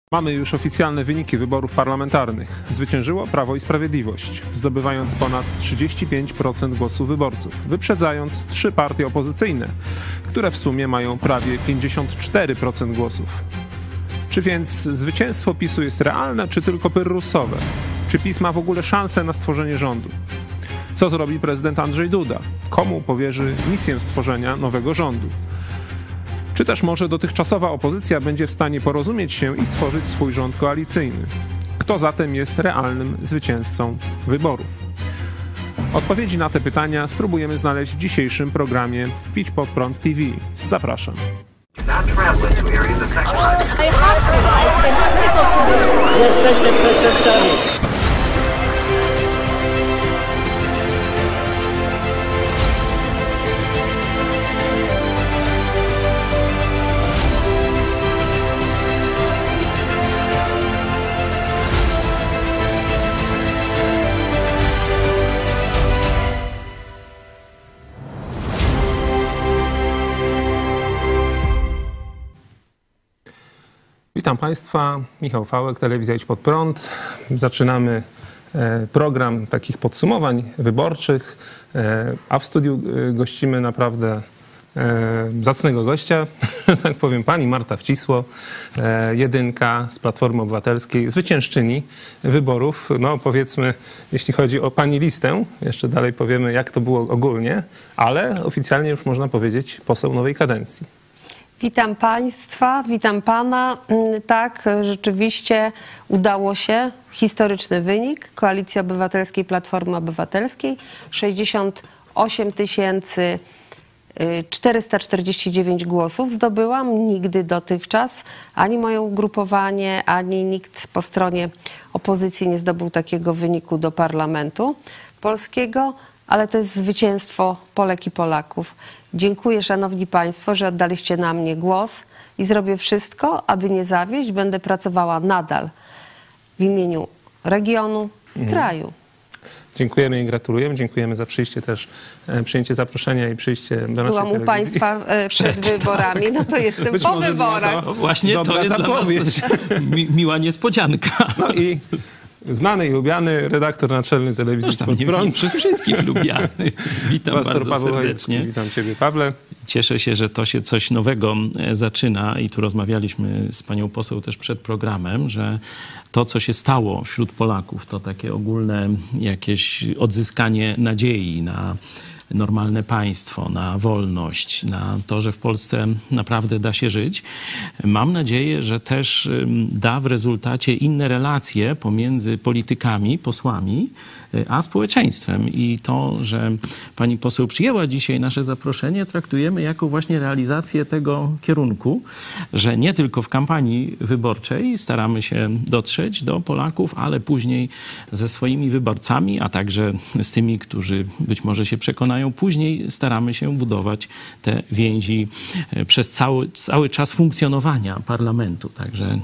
Mamy już oficjalne wyniki wyborów parlamentarnych. Zwyciężyło Prawo i Sprawiedliwość, zdobywając ponad 35% głosów wyborców, wyprzedzając 3 partie opozycyjne, które w sumie mają prawie 54% głosów. Czy więc zwycięstwo PiS-u jest realne, czy tylko pyrrusowe? Czy PiS ma w ogóle szansę na stworzenie rządu? Co zrobi prezydent Andrzej Duda? Komu powierzy misję stworzenia nowego rządu? Czy też może dotychczasowa opozycja będzie w stanie porozumieć się i stworzyć swój rząd koalicyjny? Kto zatem jest realnym zwycięzcą wyborów? Odpowiedzi na te pytania spróbujemy znaleźć w dzisiejszym programie Idź Pod Prąd TV. Zapraszam. Jesteśmy przestępcami. Witam Państwa, Michał Fałek, Telewizja Idź Pod Prąd. Zaczynamy program takich podsumowań wyborczych, a w studiu gościmy naprawdę zacnego gościa, tak powiem, pani Marta Wcisło, jedynka z Platformy Obywatelskiej, zwyciężczyni wyborów. No powiedzmy, jeśli chodzi o pani listę, jeszcze dalej powiemy, jak to było ogólnie, ale oficjalnie już można powiedzieć poseł nowej kadencji. Witam Państwa, witam Pana. Tak, rzeczywiście udało się. Historyczny wynik Koalicji Obywatelskiej, Platformy Obywatelskiej. 68 449 głosów zdobyłam. Nigdy dotychczas ani moje ugrupowanie, ani nikt po stronie opozycji nie zdobył takiego wyniku do Parlamentu Polskiego. Ale to jest zwycięstwo Polek i Polaków. Dziękuję, Szanowni Państwo, że oddaliście na mnie głos i zrobię wszystko, aby nie zawieść. Będę pracowała nadal w imieniu regionu i kraju. Dziękujemy i gratulujemy. Dziękujemy za przyjęcie zaproszenia i przyjście do naszej telewizji. Byłam u Państwa przed wyborami, no to jestem Być po może wyborach. No właśnie to jest zapowiedź. Dla nas miła niespodzianka. No i znany i lubiany redaktor naczelny Telewizji Pod Prąd. Przez wszystkich lubiany. Witam Pastor bardzo Paweł serdecznie. Hajewski. Witam Ciebie, Pawle. Cieszę się, że to się coś nowego zaczyna i tu rozmawialiśmy z panią poseł też przed programem, że to, co się stało wśród Polaków, to takie ogólne jakieś odzyskanie nadziei na normalne państwo, na wolność, na to, że w Polsce naprawdę da się żyć. Mam nadzieję, że też da w rezultacie inne relacje pomiędzy politykami, posłami, a społeczeństwem. I to, że pani poseł przyjęła dzisiaj nasze zaproszenie, traktujemy jako właśnie realizację tego kierunku, że nie tylko w kampanii wyborczej staramy się dotrzeć do Polaków, ale później ze swoimi wyborcami, a także z tymi, którzy być może się przekonają później, staramy się budować te więzi przez cały czas funkcjonowania parlamentu. Także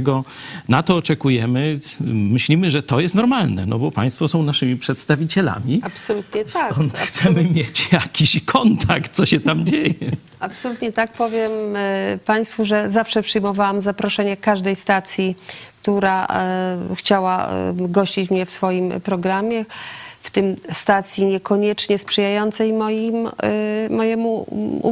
na to oczekujemy. Myślimy, że to jest normalne, no bo państwo są naszymi przedstawicielami. Absolutnie tak. Stąd chcemy mieć jakiś kontakt, co się tam dzieje. Absolutnie tak. Powiem Państwu, że zawsze przyjmowałam zaproszenie każdej stacji, która chciała gościć mnie w swoim programie. W tym stacji niekoniecznie sprzyjającej mojemu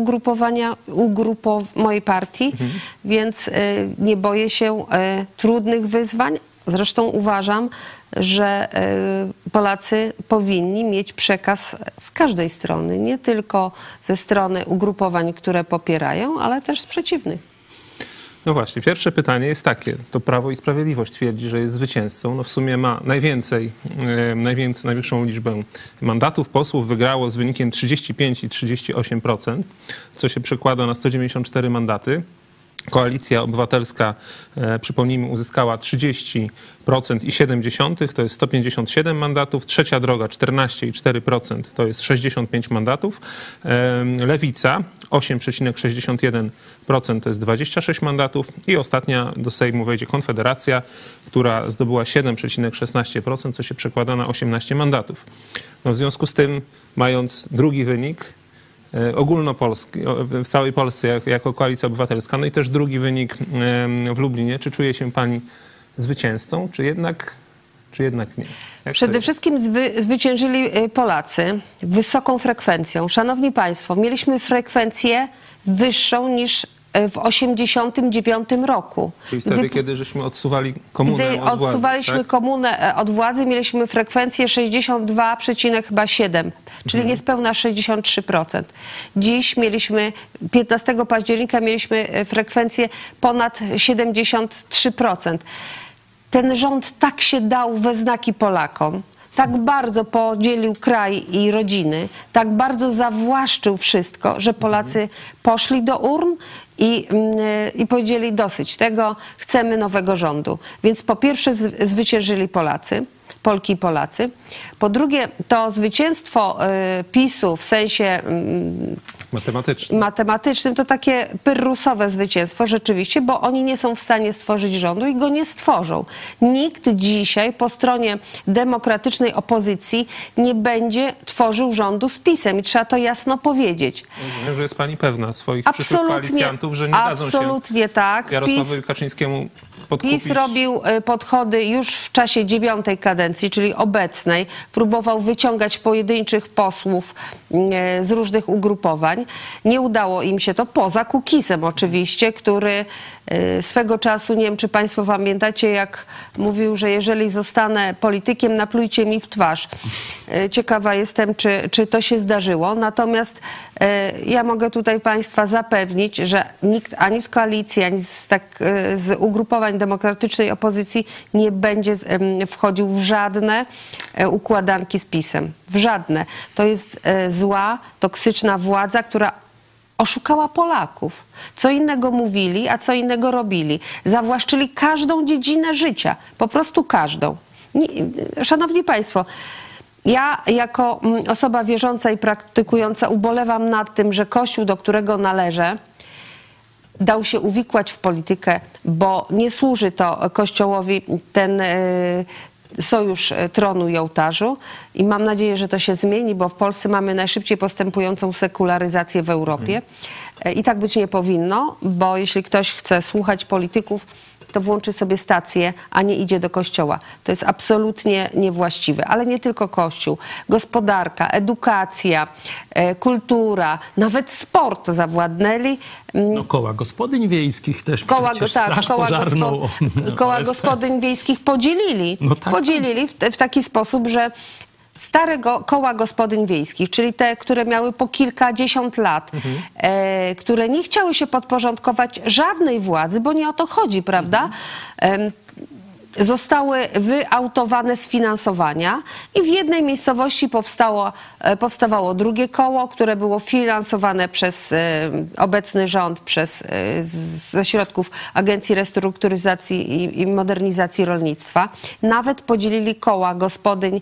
mojej partii, więc nie boję się trudnych wyzwań. Zresztą uważam, że Polacy powinni mieć przekaz z każdej strony, nie tylko ze strony ugrupowań, które popierają, ale też z przeciwnych. No właśnie, pierwsze pytanie jest takie. To Prawo i Sprawiedliwość twierdzi, że jest zwycięzcą. No w sumie ma największą liczbę mandatów. Posłów wygrało z wynikiem 35 i 38%, co się przekłada na 194 mandaty. Koalicja Obywatelska, przypomnijmy, uzyskała 30,7%, to jest 157 mandatów. Trzecia Droga 14,4%, to jest 65 mandatów. Lewica 8,61%, to jest 26 mandatów. I ostatnia do Sejmu wejdzie Konfederacja, która zdobyła 7,16%, co się przekłada na 18 mandatów. No w związku z tym, mając drugi wynik, ogólnopolski, w całej Polsce jako Koalicja Obywatelska. No i też drugi wynik w Lublinie. Czy czuje się pani zwycięzcą, czy jednak nie? Przede wszystkim zwyciężyli Polacy wysoką frekwencją. Szanowni Państwo, mieliśmy frekwencję wyższą niż w 1989 roku. Czyli wtedy, kiedy żeśmy odsuwali komunę Gdy od władzy, odsuwaliśmy tak? komunę od władzy, mieliśmy frekwencję 62,7, czyli niespełna 63%. Dziś mieliśmy, 15 października mieliśmy frekwencję ponad 73%. Ten rząd tak się dał we znaki Polakom, tak bardzo podzielił kraj i rodziny, tak bardzo zawłaszczył wszystko, że Polacy poszli do urn i powiedzieli dosyć tego, chcemy nowego rządu. Więc po pierwsze zwyciężyli Polacy, Polki i Polacy. Po drugie, to zwycięstwo PiS-u w sensie matematycznym to takie pyrrusowe zwycięstwo rzeczywiście, bo oni nie są w stanie stworzyć rządu i go nie stworzą. Nikt dzisiaj po stronie demokratycznej opozycji nie będzie tworzył rządu z PiS-em i trzeba to jasno powiedzieć. Rozumiem, że jest pani pewna swoich przyszłych koalicjantów, że nie dadzą się tak. Jarosławowi Kaczyńskiemu podkupić. PiS robił podchody już w czasie 9. kadencji, czyli obecnej. Próbował wyciągać pojedynczych posłów z różnych ugrupowań. Nie udało im się to, poza Kukizem oczywiście, który swego czasu, nie wiem czy Państwo pamiętacie, jak mówił, że jeżeli zostanę politykiem, naplujcie mi w twarz. Ciekawa jestem, czy to się zdarzyło. Natomiast ja mogę tutaj Państwa zapewnić, że nikt ani z koalicji, ani z ugrupowań demokratycznej opozycji nie będzie wchodził w żadne układanki z PiS-em. W żadne. To jest zła, toksyczna władza, która oszukała Polaków. Co innego mówili, a co innego robili. Zawłaszczyli każdą dziedzinę życia. Po prostu każdą. Szanowni Państwo, ja jako osoba wierząca i praktykująca ubolewam nad tym, że Kościół, do którego należę, dał się uwikłać w politykę, bo nie służy to Kościołowi ten sojusz tronu i ołtarzu i mam nadzieję, że to się zmieni, bo w Polsce mamy najszybciej postępującą sekularyzację w Europie i tak być nie powinno, bo jeśli ktoś chce słuchać polityków, to włączy sobie stację, a nie idzie do kościoła. To jest absolutnie niewłaściwe. Ale nie tylko Kościół. Gospodarka, edukacja, kultura, nawet sport zawładnęli. No, koła gospodyń wiejskich też przecież straż pożarną. Koła gospodyń wiejskich podzielili. No tak. Podzielili w taki sposób, że stare koła gospodyń wiejskich, czyli te, które miały po kilkadziesiąt lat, które nie chciały się podporządkować żadnej władzy, bo nie o to chodzi, prawda? Zostały wyautowane z finansowania i w jednej miejscowości powstawało drugie koło, które było finansowane przez obecny rząd, ze środków Agencji Restrukturyzacji i Modernizacji Rolnictwa. Nawet podzielili koła gospodyń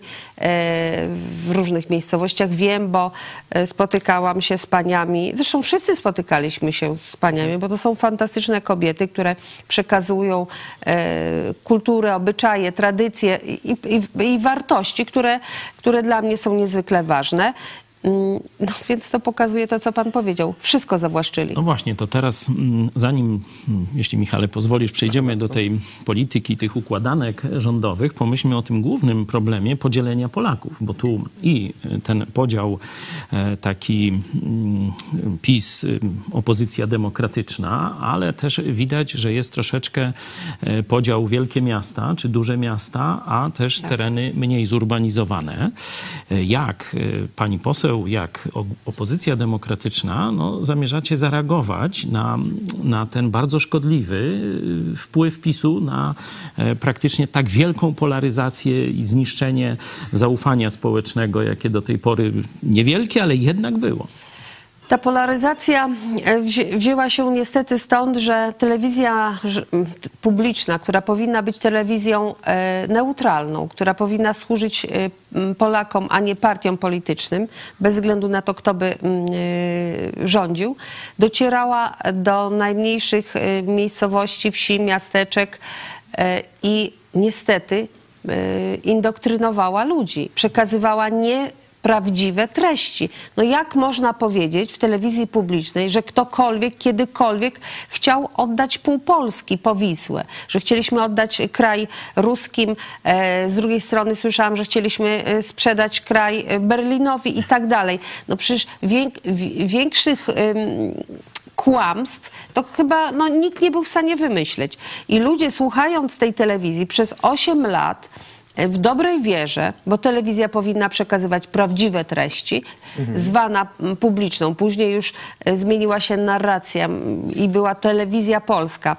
w różnych miejscowościach. Wiem, bo spotykałam się z paniami, zresztą wszyscy spotykaliśmy się z paniami, bo to są fantastyczne kobiety, które przekazują kulturę, obyczaje, tradycje i wartości, które dla mnie są niezwykle ważne. No, więc to pokazuje to, co pan powiedział. Wszystko zawłaszczyli. No właśnie, to teraz zanim, jeśli Michale pozwolisz, przejdziemy do tej polityki, tych układanek rządowych, pomyślmy o tym głównym problemie podzielenia Polaków, bo tu i ten podział taki PiS, opozycja demokratyczna, ale też widać, że jest troszeczkę podział wielkie miasta, czy duże miasta, a też tereny mniej zurbanizowane. Jak pani poseł, jak opozycja demokratyczna, zamierzacie zareagować na ten bardzo szkodliwy wpływ PiS-u na praktycznie tak wielką polaryzację i zniszczenie zaufania społecznego, jakie do tej pory niewielkie, ale jednak było? Ta polaryzacja wzięła się niestety stąd, że telewizja publiczna, która powinna być telewizją neutralną, która powinna służyć Polakom, a nie partiom politycznym, bez względu na to, kto by rządził, docierała do najmniejszych miejscowości, wsi, miasteczek i niestety indoktrynowała ludzi, przekazywała prawdziwe treści. No jak można powiedzieć w telewizji publicznej, że ktokolwiek, kiedykolwiek chciał oddać pół Polski po Wisłę, że chcieliśmy oddać kraj ruskim, z drugiej strony słyszałam, że chcieliśmy sprzedać kraj Berlinowi i tak dalej. No przecież większych kłamstw to chyba nikt nie był w stanie wymyśleć. I ludzie, słuchając tej telewizji przez 8 lat w dobrej wierze, bo telewizja powinna przekazywać prawdziwe treści, zwana publiczną. Później już zmieniła się narracja i była telewizja polska.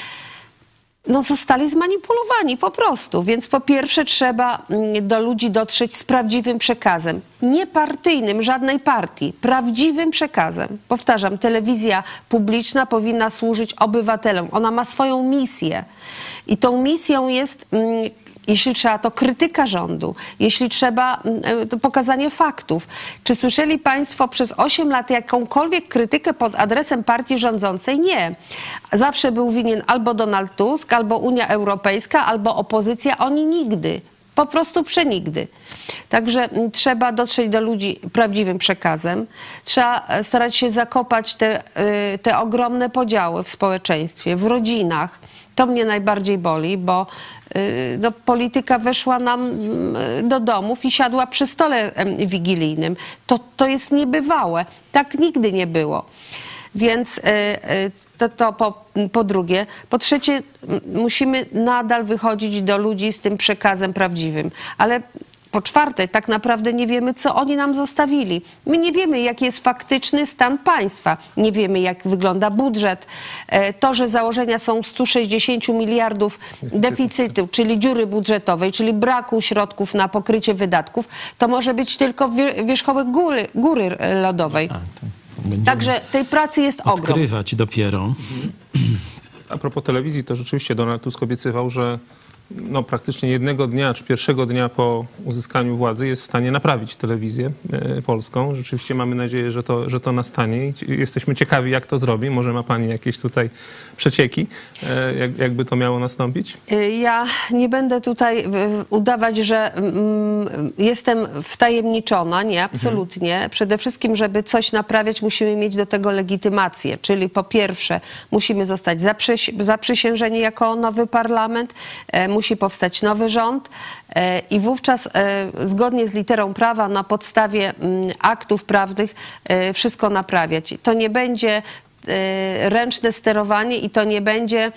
No zostali zmanipulowani po prostu. Więc po pierwsze trzeba do ludzi dotrzeć z prawdziwym przekazem. Nie partyjnym, żadnej partii. Prawdziwym przekazem. Powtarzam, telewizja publiczna powinna służyć obywatelom. Ona ma swoją misję. I tą misją jest, jeśli trzeba, to krytyka rządu. Jeśli trzeba, to pokazanie faktów. Czy słyszeli państwo przez 8 lat jakąkolwiek krytykę pod adresem partii rządzącej? Nie. Zawsze był winien albo Donald Tusk, albo Unia Europejska, albo opozycja. Oni nigdy. Po prostu przenigdy. Także trzeba dotrzeć do ludzi prawdziwym przekazem. Trzeba starać się zakopać te ogromne podziały w społeczeństwie, w rodzinach. To mnie najbardziej boli, bo polityka weszła nam do domów i siadła przy stole wigilijnym. To jest niebywałe. Tak nigdy nie było. Więc to po drugie. Po trzecie, musimy nadal wychodzić do ludzi z tym przekazem prawdziwym. Ale po czwarte, tak naprawdę nie wiemy, co oni nam zostawili. My nie wiemy, jaki jest faktyczny stan państwa. Nie wiemy, jak wygląda budżet. To, że założenia są 160 miliardów deficytu, czyli dziury budżetowej, czyli braku środków na pokrycie wydatków, to może być tylko wierzchołek góry lodowej. Także tej pracy jest ogrom. Odkrywać dopiero. A propos telewizji, to rzeczywiście Donald Tusk obiecywał, że praktycznie jednego dnia, czy pierwszego dnia po uzyskaniu władzy jest w stanie naprawić telewizję polską. Rzeczywiście mamy nadzieję, że to nastanie i jesteśmy ciekawi, jak to zrobi. Może ma pani jakieś tutaj przecieki, jakby to miało nastąpić? Ja nie będę tutaj udawać, że jestem wtajemniczona. Nie, absolutnie. Przede wszystkim, żeby coś naprawiać, musimy mieć do tego legitymację. Czyli po pierwsze, musimy zostać zaprzysiężeni jako nowy parlament, musi powstać nowy rząd i wówczas zgodnie z literą prawa na podstawie aktów prawnych wszystko naprawiać. To nie będzie ręczne sterowanie i to nie będzie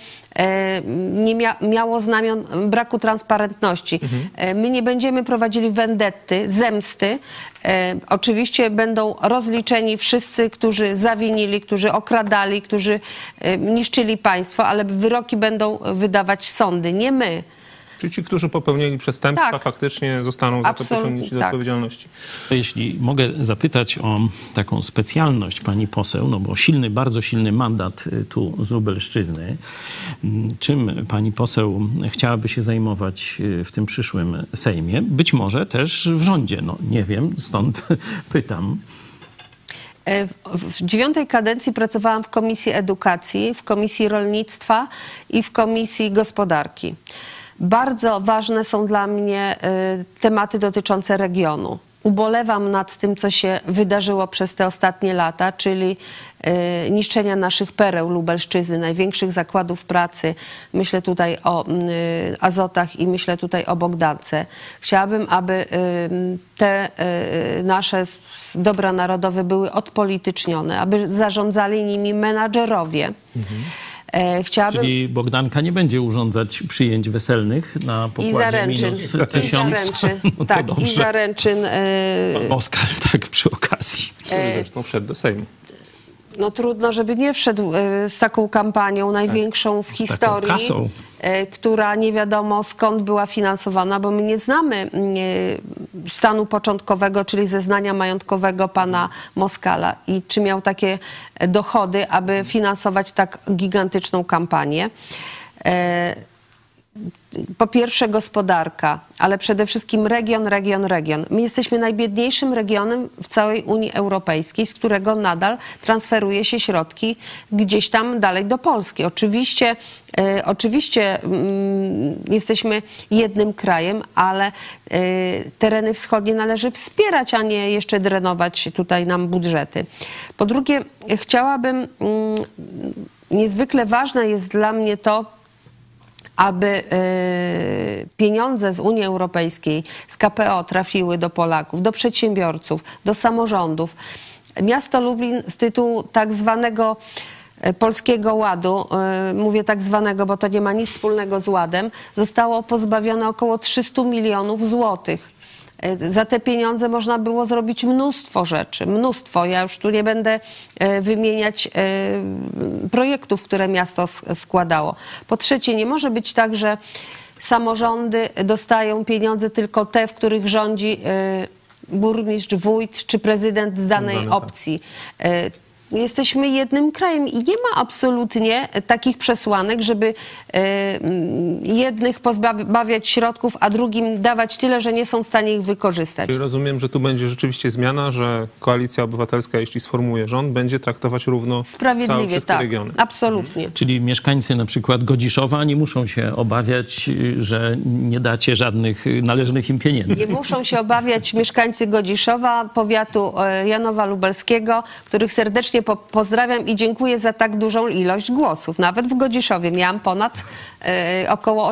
miało znamion braku transparentności. My nie będziemy prowadzili wendetty, zemsty. Oczywiście będą rozliczeni wszyscy, którzy zawinili, którzy okradali, którzy niszczyli państwo, ale wyroki będą wydawać sądy, nie my. Czy ci, którzy popełnili przestępstwa, faktycznie zostaną za to pociągnięci do odpowiedzialności? Jeśli mogę zapytać o taką specjalność pani poseł, bo bardzo silny mandat tu z Lubelszczyzny. Czym pani poseł chciałaby się zajmować w tym przyszłym Sejmie? Być może też w rządzie. Nie wiem, stąd pytam. W 9. kadencji pracowałam w Komisji Edukacji, w Komisji Rolnictwa i w Komisji Gospodarki. Bardzo ważne są dla mnie tematy dotyczące regionu. Ubolewam nad tym, co się wydarzyło przez te ostatnie lata, czyli niszczenia naszych pereł Lubelszczyzny, największych zakładów pracy. Myślę tutaj o Azotach i myślę tutaj o Bogdance. Chciałabym, aby te nasze dobra narodowe były odpolitycznione, aby zarządzali nimi menadżerowie. Czyli Bogdanka nie będzie urządzać przyjęć weselnych na pokładzie minus 1000? I zaręczyn. Moskal, tak, przy okazji. Zresztą wszedł do Sejmu. Trudno, żeby nie wszedł z taką kampanią, największą w historii, która nie wiadomo skąd była finansowana, bo my nie znamy stanu początkowego, czyli zeznania majątkowego pana Moskala i czy miał takie dochody, aby finansować tak gigantyczną kampanię. po pierwsze gospodarka, ale przede wszystkim region. My jesteśmy najbiedniejszym regionem w całej Unii Europejskiej, z którego nadal transferuje się środki gdzieś tam dalej do Polski. Oczywiście jesteśmy jednym krajem, ale tereny wschodnie należy wspierać, a nie jeszcze drenować tutaj nam budżety. Po drugie, chciałabym, niezwykle ważne jest dla mnie to, aby pieniądze z Unii Europejskiej, z KPO trafiły do Polaków, do przedsiębiorców, do samorządów. Miasto Lublin z tytułu tak zwanego Polskiego Ładu, mówię tak zwanego, bo to nie ma nic wspólnego z ładem, zostało pozbawione około 300 milionów złotych. Za te pieniądze można było zrobić mnóstwo rzeczy, mnóstwo. Ja już tu nie będę wymieniać projektów, które miasto składało. Po trzecie, nie może być tak, że samorządy dostają pieniądze tylko te, w których rządzi burmistrz, wójt czy prezydent z danej opcji. Jesteśmy jednym krajem i nie ma absolutnie takich przesłanek, żeby jednych pozbawiać środków, a drugim dawać tyle, że nie są w stanie ich wykorzystać. Czyli rozumiem, że tu będzie rzeczywiście zmiana, że Koalicja Obywatelska, jeśli sformułuje rząd, będzie traktować równo całe wszystkie regiony. Absolutnie. Czyli mieszkańcy na przykład Godziszowa nie muszą się obawiać, że nie dacie żadnych należnych im pieniędzy. Nie muszą się obawiać mieszkańcy Godziszowa, powiatu Janowa Lubelskiego, których serdecznie pozdrawiam i dziękuję za tak dużą ilość głosów. Nawet w Godziszowie miałam ponad około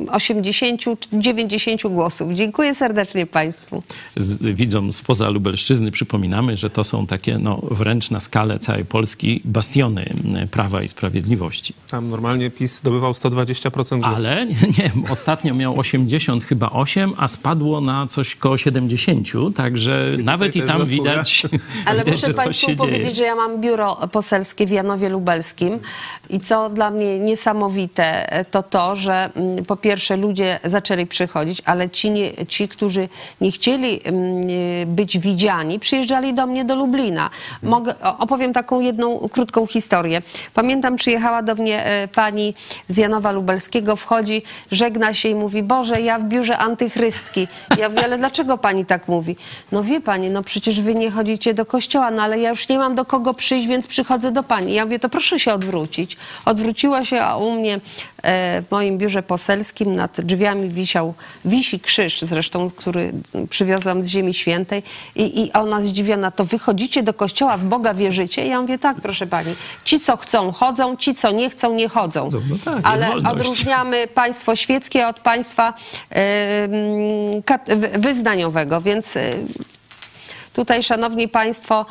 80-90 głosów. Dziękuję serdecznie Państwu. Widzom spoza Lubelszczyzny przypominamy, że to są takie wręcz na skalę całej Polski bastiony Prawa i Sprawiedliwości. Tam normalnie PiS zdobywał 120% głosów. Ale nie, ostatnio miał 80 chyba 8, a spadło na coś koło 70, także nawet i tam widać, ale muszę że Państwu coś się powiedzieć, dzieje. że ja mam biuro poselskie w Janowie Lubelskim i co dla mnie niesamowite, to, że po pierwsze ludzie zaczęli przychodzić, ale ci, którzy nie chcieli być widziani, przyjeżdżali do mnie do Lublina. Opowiem taką jedną krótką historię. Pamiętam, przyjechała do mnie pani z Janowa Lubelskiego, wchodzi, żegna się i mówi: Boże, ja w biurze antychrystki. Ja mówię: ale dlaczego pani tak mówi? No wie pani, no przecież wy nie chodzicie do kościoła, no ale ja już nie mam do kogo przyjść, więc przychodzę do pani. Ja mówię: to proszę się odwrócić. Odwróciła się, a u mnie w moim biurze poselskim nad drzwiami wisi krzyż zresztą, który przywiozłam z Ziemi Świętej i ona zdziwiona: to wy chodzicie do kościoła, w Boga wierzycie? Ja mówię: tak, proszę pani. Ci, co chcą, chodzą, ci, co nie chcą, nie chodzą. No tak, ale odróżniamy państwo świeckie od państwa wyznaniowego, więc tutaj, szanowni państwo,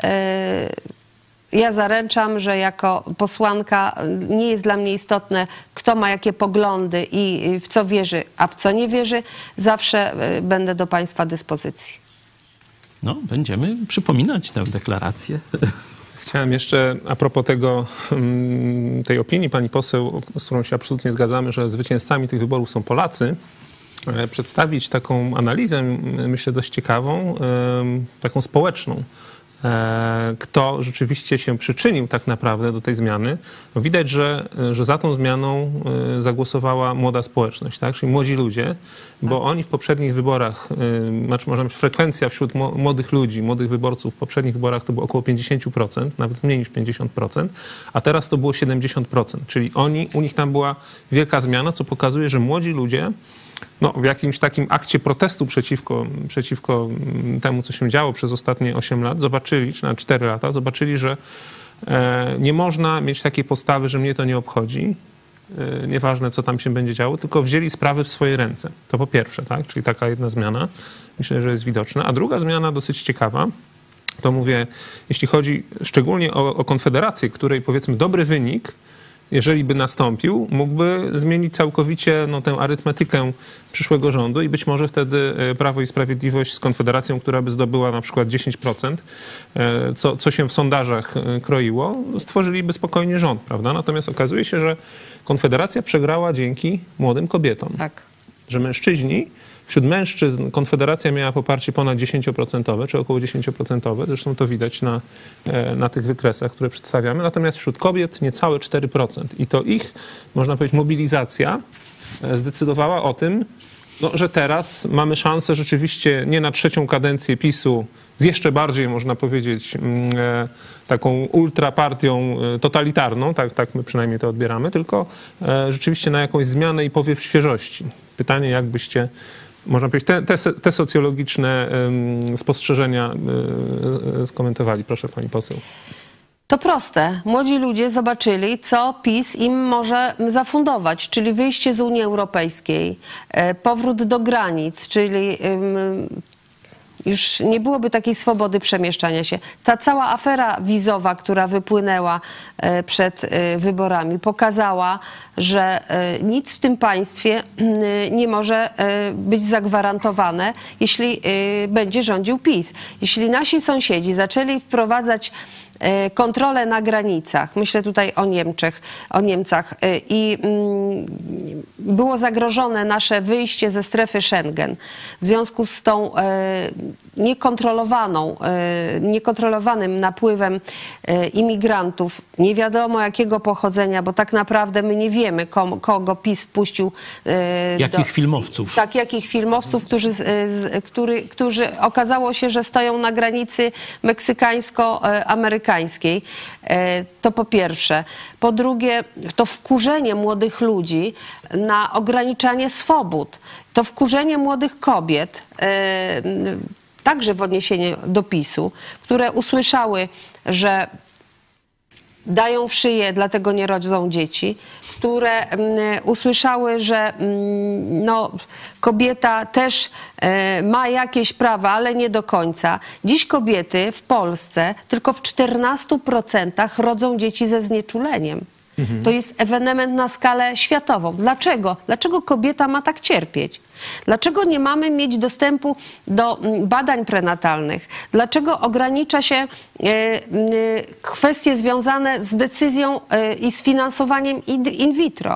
ja zaręczam, że jako posłanka nie jest dla mnie istotne, kto ma jakie poglądy i w co wierzy, a w co nie wierzy. Zawsze będę do państwa dyspozycji. No, będziemy przypominać tę deklarację. Chciałem jeszcze a propos tej opinii pani poseł, z którą się absolutnie zgadzamy, że zwycięzcami tych wyborów są Polacy, przedstawić taką analizę, myślę, dość ciekawą, taką społeczną. Kto rzeczywiście się przyczynił tak naprawdę do tej zmiany. No widać, że za tą zmianą zagłosowała młoda społeczność, tak? Czyli młodzi ludzie, bo oni w poprzednich wyborach, znaczy można powiedzieć, frekwencja wśród młodych ludzi, młodych wyborców w poprzednich wyborach to było około 50%, nawet mniej niż 50%, a teraz to było 70%, czyli u nich tam była wielka zmiana, co pokazuje, że młodzi ludzie w jakimś takim akcie protestu przeciwko temu, co się działo przez ostatnie 8 lat, zobaczyli, czy na 4 lata, zobaczyli, że nie można mieć takiej postawy, że mnie to nie obchodzi, nieważne, co tam się będzie działo, tylko wzięli sprawy w swoje ręce. To po pierwsze, tak? Czyli taka jedna zmiana, myślę, że jest widoczna. A druga zmiana, dosyć ciekawa, to mówię, jeśli chodzi szczególnie o Konfederację, której powiedzmy dobry wynik, jeżeli by nastąpił, mógłby zmienić całkowicie tę arytmetykę przyszłego rządu i być może wtedy Prawo i Sprawiedliwość z Konfederacją, która by zdobyła na przykład 10%, co się w sondażach kroiło, stworzyliby spokojnie rząd, prawda? Natomiast okazuje się, że Konfederacja przegrała dzięki młodym kobietom. Tak. Że wśród mężczyzn Konfederacja miała poparcie ponad 10%, czy około 10%, zresztą to widać na tych wykresach, które przedstawiamy, natomiast wśród kobiet niecałe 4%. I to ich, można powiedzieć, mobilizacja zdecydowała o tym, no, że teraz mamy szansę rzeczywiście nie na trzecią kadencję PiS-u z jeszcze bardziej, można powiedzieć, taką ultrapartią totalitarną, tak my przynajmniej to odbieramy, tylko rzeczywiście na jakąś zmianę i powiew świeżości. Pytanie, jak byście, można powiedzieć, te socjologiczne spostrzeżenia skomentowali. Proszę, pani poseł. To proste. Młodzi ludzie zobaczyli, co PiS im może zafundować, czyli wyjście z Unii Europejskiej, powrót do granic, czyli już nie byłoby takiej swobody przemieszczania się. Ta cała afera wizowa, która wypłynęła przed wyborami, pokazała, że nic w tym państwie nie może być zagwarantowane, jeśli będzie rządził PiS. Jeśli nasi sąsiedzi zaczęli wprowadzać kontrolę na granicach, myślę tutaj o Niemcach i było zagrożone nasze wyjście ze strefy Schengen w związku z tą niekontrolowanym napływem imigrantów, nie wiadomo jakiego pochodzenia, bo tak naprawdę my nie wiemy, kogo PiS wpuścił. Jakich filmowców. Tak, jakich filmowców, którzy okazało się, że stoją na granicy meksykańsko-amerykańskiej. To po pierwsze. Po drugie, to wkurzenie młodych ludzi na ograniczanie swobód. To wkurzenie młodych kobiet, także w odniesieniu do PiS-u, które usłyszały, że dają w szyję, dlatego nie rodzą dzieci, które usłyszały, że no, kobieta też ma jakieś prawa, ale nie do końca. Dziś kobiety w Polsce tylko w 14% rodzą dzieci ze znieczuleniem. To jest ewenement na skalę światową. Dlaczego? Dlaczego kobieta ma tak cierpieć? Dlaczego nie mamy mieć dostępu do badań prenatalnych? Dlaczego ogranicza się kwestie związane z decyzją i z finansowaniem in vitro?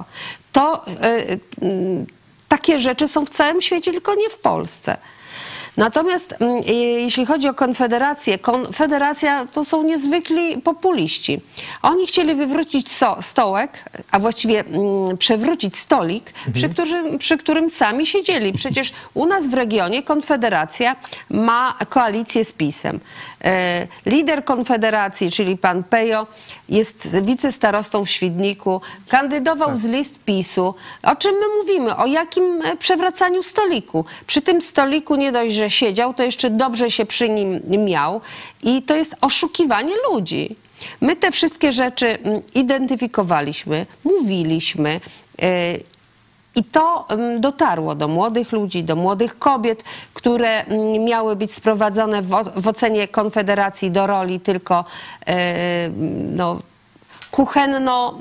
Takie rzeczy są w całym świecie, tylko nie w Polsce. Natomiast jeśli chodzi o Konfederację, Konfederacja to są niezwykli populiści. Oni chcieli wywrócić stołek, a właściwie przewrócić stolik, przy którym sami siedzieli. Przecież u nas w regionie Konfederacja ma koalicję z PiS-em. Lider Konfederacji, czyli pan Pejo, jest wicestarostą w Świdniku, kandydował z list PiS-u. O czym my mówimy? O jakim przewracaniu stoliku? Przy tym stoliku nie dość, że siedział, to jeszcze dobrze się przy nim miał i to jest oszukiwanie ludzi. My te wszystkie rzeczy identyfikowaliśmy, mówiliśmy i to dotarło do młodych ludzi, do młodych kobiet, które miały być sprowadzone w ocenie Konfederacji do roli tylko no, kuchenno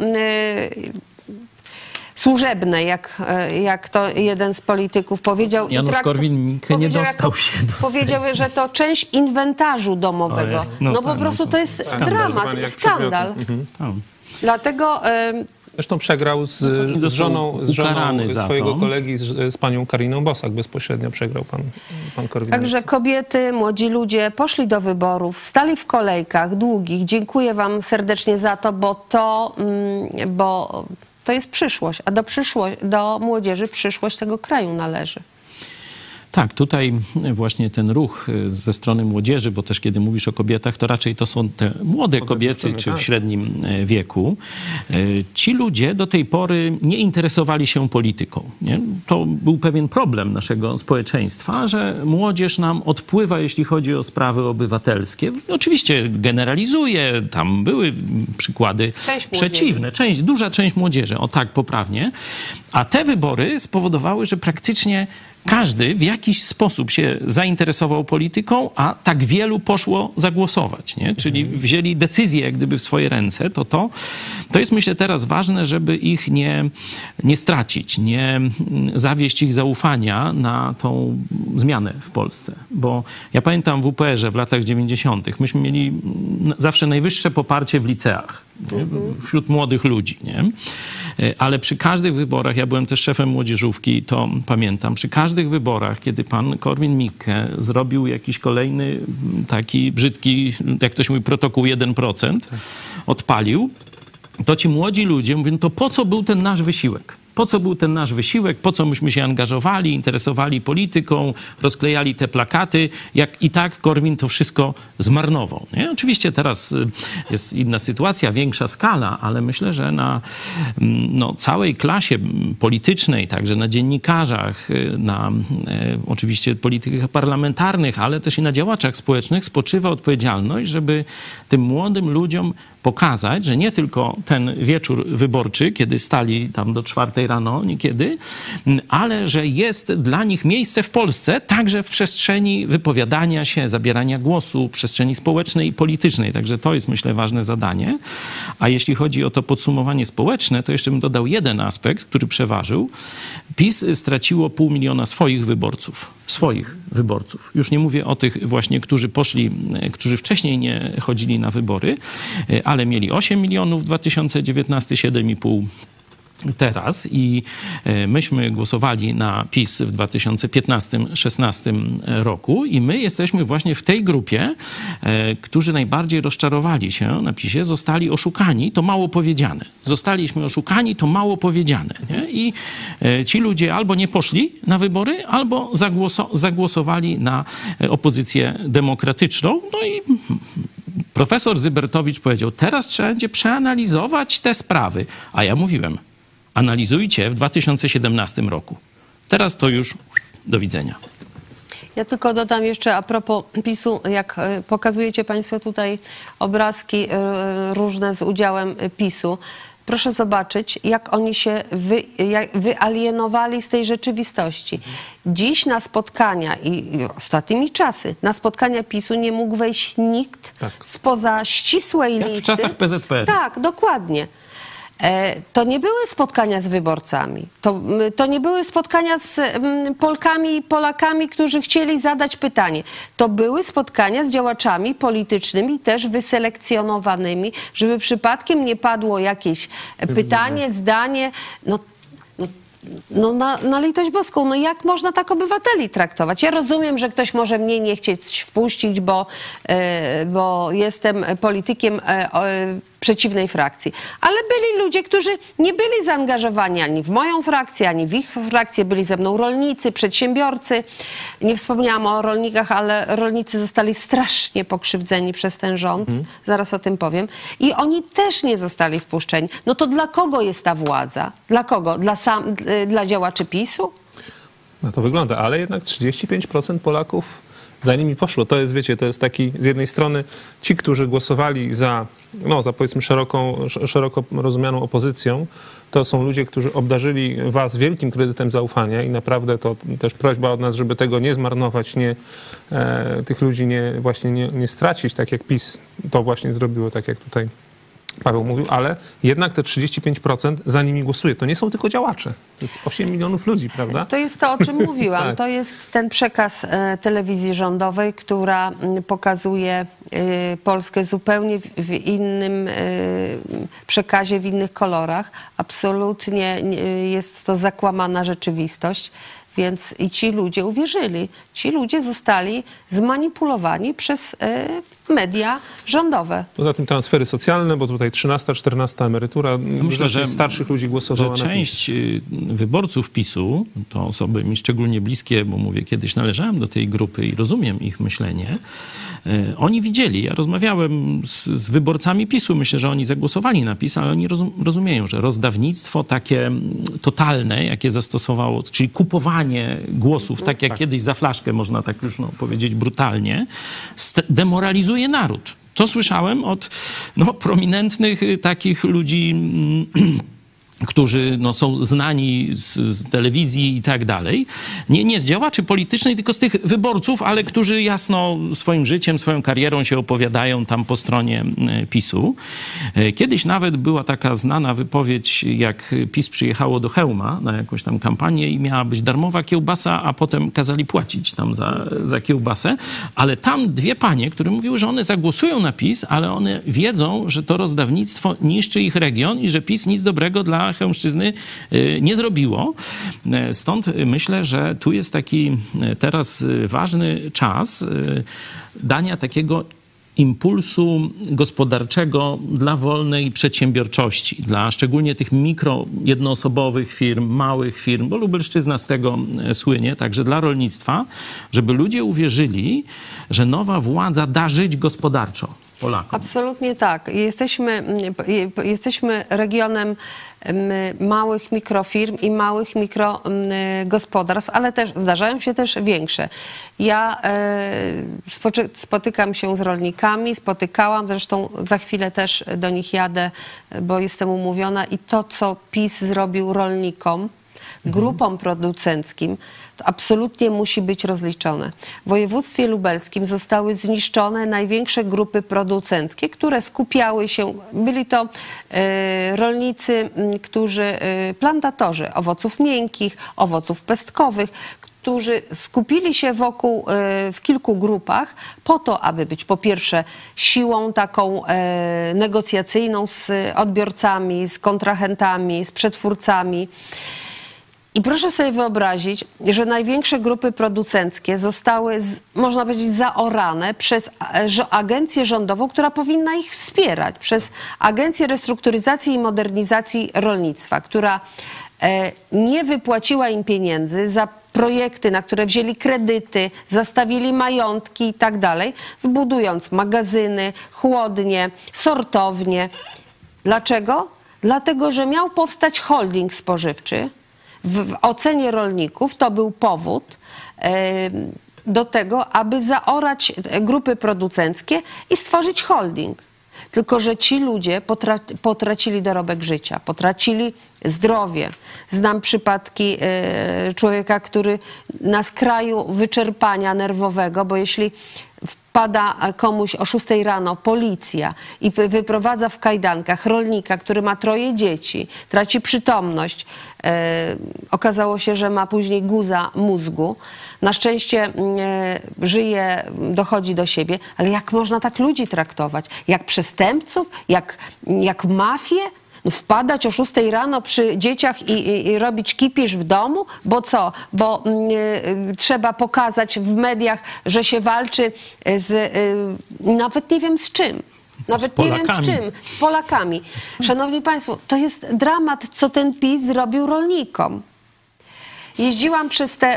służebne, jak to jeden z polityków powiedział. Janusz Korwin-Mikke nie dostał się do Powiedział, że to część inwentarzu domowego. No po prostu to jest dramat, skandal. Dlatego... Zresztą przegrał z żoną swojego kolegi, z panią Kariną Bosak. Bezpośrednio przegrał pan Korwin. Także kobiety, młodzi ludzie poszli do wyborów, stali w kolejkach długich. Dziękuję wam serdecznie za to, bo to jest przyszłość, a do młodzieży przyszłość tego kraju należy. Tak, tutaj właśnie ten ruch ze strony młodzieży, bo też kiedy mówisz o kobietach, to raczej to są te młode kobiety, czy w średnim wieku. Ci ludzie do tej pory nie interesowali się polityką. Nie? To był pewien problem naszego społeczeństwa, że młodzież nam odpływa, jeśli chodzi o sprawy obywatelskie. Oczywiście generalizuje, tam były przykłady przeciwne. Duża część młodzieży, o tak poprawnie. A te wybory spowodowały, że praktycznie każdy w jakiś sposób się zainteresował polityką, a tak wielu poszło zagłosować, nie? Czyli wzięli decyzję jak gdyby w swoje ręce. To jest, myślę, teraz ważne, żeby ich nie stracić, nie zawieść ich zaufania na tą zmianę w Polsce. Bo ja pamiętam w UPR-ze w latach 90. myśmy mieli zawsze najwyższe poparcie w liceach, wśród młodych ludzi, nie? Ale przy każdych wyborach, ja byłem też szefem młodzieżówki, to pamiętam, przy każdych wyborach, kiedy pan Korwin-Mikke zrobił jakiś kolejny taki brzydki, jak ktoś mówi, protokół 1%, odpalił, to ci młodzi ludzie mówią, to po co był ten nasz wysiłek? Po co był ten nasz wysiłek? Po co myśmy się angażowali, interesowali polityką, rozklejali te plakaty? Jak i tak Korwin to wszystko zmarnował. Nie? Oczywiście teraz jest inna sytuacja, większa skala, ale myślę, że na całej klasie politycznej, także na dziennikarzach, na oczywiście politykach parlamentarnych, ale też i na działaczach społecznych spoczywa odpowiedzialność, żeby tym młodym ludziom pokazać, że nie tylko ten wieczór wyborczy, kiedy stali tam do 4 rano niekiedy, ale że jest dla nich miejsce w Polsce, także w przestrzeni wypowiadania się, zabierania głosu, przestrzeni społecznej i politycznej. Także to jest, myślę, ważne zadanie. A jeśli chodzi o to podsumowanie społeczne, to jeszcze bym dodał jeden aspekt, który przeważył. PiS straciło 500 000 swoich wyborców. Już nie mówię o tych właśnie, którzy wcześniej nie chodzili na wybory, ale mieli 8 milionów w 2019, 7,5 teraz i myśmy głosowali na PiS w 2015-16 roku i my jesteśmy właśnie w tej grupie, którzy najbardziej rozczarowali się na PiSie, zostali oszukani, to mało powiedziane. Zostaliśmy oszukani, to mało powiedziane. Nie? I ci ludzie albo nie poszli na wybory, albo zagłosowali na opozycję demokratyczną. No i profesor Zybertowicz powiedział, teraz trzeba będzie przeanalizować te sprawy. A ja mówiłem, analizujcie w 2017 roku. Teraz to już do widzenia. Ja tylko dodam jeszcze a propos PiS-u, jak pokazujecie Państwo tutaj obrazki różne z udziałem PiS-u. Proszę zobaczyć, jak oni się wyalienowali z tej rzeczywistości. Dziś na spotkania i ostatnimi czasy na spotkania PiS-u nie mógł wejść nikt spoza ścisłej listy. Jak w czasach PZPR. Tak, dokładnie. To nie były spotkania z wyborcami. To nie były spotkania z Polkami i Polakami, którzy chcieli zadać pytanie. To były spotkania z działaczami politycznymi, też wyselekcjonowanymi, żeby przypadkiem nie padło jakieś pytanie, zdanie. Na litość boską, no jak można tak obywateli traktować? Ja rozumiem, że ktoś może mnie nie chcieć wpuścić, bo jestem politykiem przeciwnej frakcji. Ale byli ludzie, którzy nie byli zaangażowani ani w moją frakcję, ani w ich frakcję. Byli ze mną rolnicy, przedsiębiorcy. Nie wspomniałam o rolnikach, ale rolnicy zostali strasznie pokrzywdzeni przez ten rząd. Zaraz o tym powiem. I oni też nie zostali wpuszczeni. No to dla kogo jest ta władza? Dla kogo? Dla działaczy PiS-u? No to wygląda, ale jednak 35% Polaków za nimi poszło. To jest, wiecie, to jest taki z jednej strony ci, którzy głosowali za powiedzmy szeroko rozumianą opozycją, to są ludzie, którzy obdarzyli was wielkim kredytem zaufania i naprawdę to też prośba od nas, żeby tego nie zmarnować, tych ludzi nie stracić, tak jak PiS to właśnie zrobiło, tak jak tutaj Paweł mówił, ale jednak te 35% za nimi głosuje. To nie są tylko działacze. To jest 8 milionów ludzi, prawda? To jest to, o czym mówiłam. Tak. To jest ten przekaz telewizji rządowej, która pokazuje Polskę zupełnie w innym przekazie, w innych kolorach. Absolutnie jest to zakłamana rzeczywistość. Więc i ci ludzie uwierzyli. Ci ludzie zostali zmanipulowani przez media rządowe. Poza tym transfery socjalne, bo tutaj 13, 14 emerytura. Myślę, że starszych ludzi głosowała że na część wyborców PiS-u, to osoby mi szczególnie bliskie, bo mówię, kiedyś należałem do tej grupy i rozumiem ich myślenie, oni widzieli, ja rozmawiałem z wyborcami PiS-u, myślę, że oni zagłosowali na PiS, ale oni rozumieją, że rozdawnictwo takie totalne, jakie zastosowało, czyli kupowanie głosów, tak jak kiedyś za flaszkę, można tak już powiedzieć brutalnie, demoralizuje naród. To słyszałem od prominentnych takich ludzi, którzy są znani z telewizji i tak dalej. Nie z działaczy politycznych, tylko z tych wyborców, ale którzy jasno swoim życiem, swoją karierą się opowiadają tam po stronie PiS-u. Kiedyś nawet była taka znana wypowiedź, jak PiS przyjechało do Chełma na jakąś tam kampanię i miała być darmowa kiełbasa, a potem kazali płacić tam za kiełbasę. Ale tam dwie panie, które mówiły, że one zagłosują na PiS, ale one wiedzą, że to rozdawnictwo niszczy ich region i że PiS nic dobrego dla Chełmszczyzny nie zrobiło. Stąd myślę, że tu jest taki teraz ważny czas dania takiego impulsu gospodarczego dla wolnej przedsiębiorczości, dla szczególnie tych jednoosobowych firm, małych firm, bo Lubelszczyzna z tego słynie, także dla rolnictwa, żeby ludzie uwierzyli, że nowa władza da żyć gospodarczo Polakom. Absolutnie tak. Jesteśmy regionem małych mikrofirm i małych mikrogospodarstw, ale też zdarzają się też większe. Ja spotykam się z rolnikami, spotykałam, zresztą za chwilę też do nich jadę, bo jestem umówiona i to, co PiS zrobił rolnikom, grupom producenckim, to absolutnie musi być rozliczone. W województwie lubelskim zostały zniszczone największe grupy producenckie, które skupiały się, byli to rolnicy, plantatorzy owoców miękkich, owoców pestkowych, którzy skupili się w kilku grupach po to, aby być po pierwsze siłą taką negocjacyjną z odbiorcami, z kontrahentami, z przetwórcami. I proszę sobie wyobrazić, że największe grupy producenckie zostały, można powiedzieć, zaorane przez agencję rządową, która powinna ich wspierać, przez Agencję Restrukturyzacji i Modernizacji Rolnictwa, która nie wypłaciła im pieniędzy za projekty, na które wzięli kredyty, zastawili majątki i tak dalej, wybudując magazyny, chłodnie, sortownie. Dlaczego? Dlatego, że miał powstać holding spożywczy. W ocenie rolników to był powód do tego, aby zaorać grupy producenckie i stworzyć holding. Tylko że ci ludzie potracili dorobek życia, potracili zdrowie. Znam przypadki człowieka, który na skraju wyczerpania nerwowego, bo jeśli wpada komuś o 6 rano policja i wyprowadza w kajdankach rolnika, który ma 3 dzieci, traci przytomność. Okazało się, że ma później guza mózgu. Na szczęście żyje, dochodzi do siebie, ale jak można tak ludzi traktować? Jak przestępców? Jak mafię? No wpadać o 6 rano przy dzieciach i robić kipisz w domu? Bo co? Bo trzeba pokazać w mediach, że się walczy nawet nie wiem z czym. Nawet nie wiem z czym. Z Polakami. Szanowni Państwo, to jest dramat, co ten PiS zrobił rolnikom. Jeździłam przez te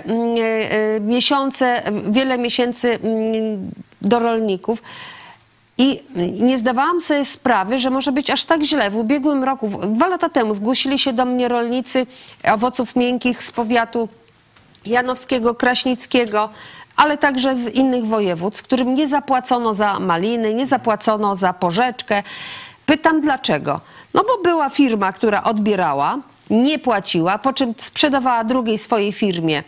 wiele miesięcy do rolników i nie zdawałam sobie sprawy, że może być aż tak źle. W ubiegłym roku, 2 lata temu, zgłosili się do mnie rolnicy owoców miękkich z powiatu janowskiego, kraśnickiego, ale także z innych województw, którym nie zapłacono za maliny, nie zapłacono za porzeczkę. Pytam dlaczego? No bo była firma, która odbierała, nie płaciła, po czym sprzedawała drugiej swojej firmie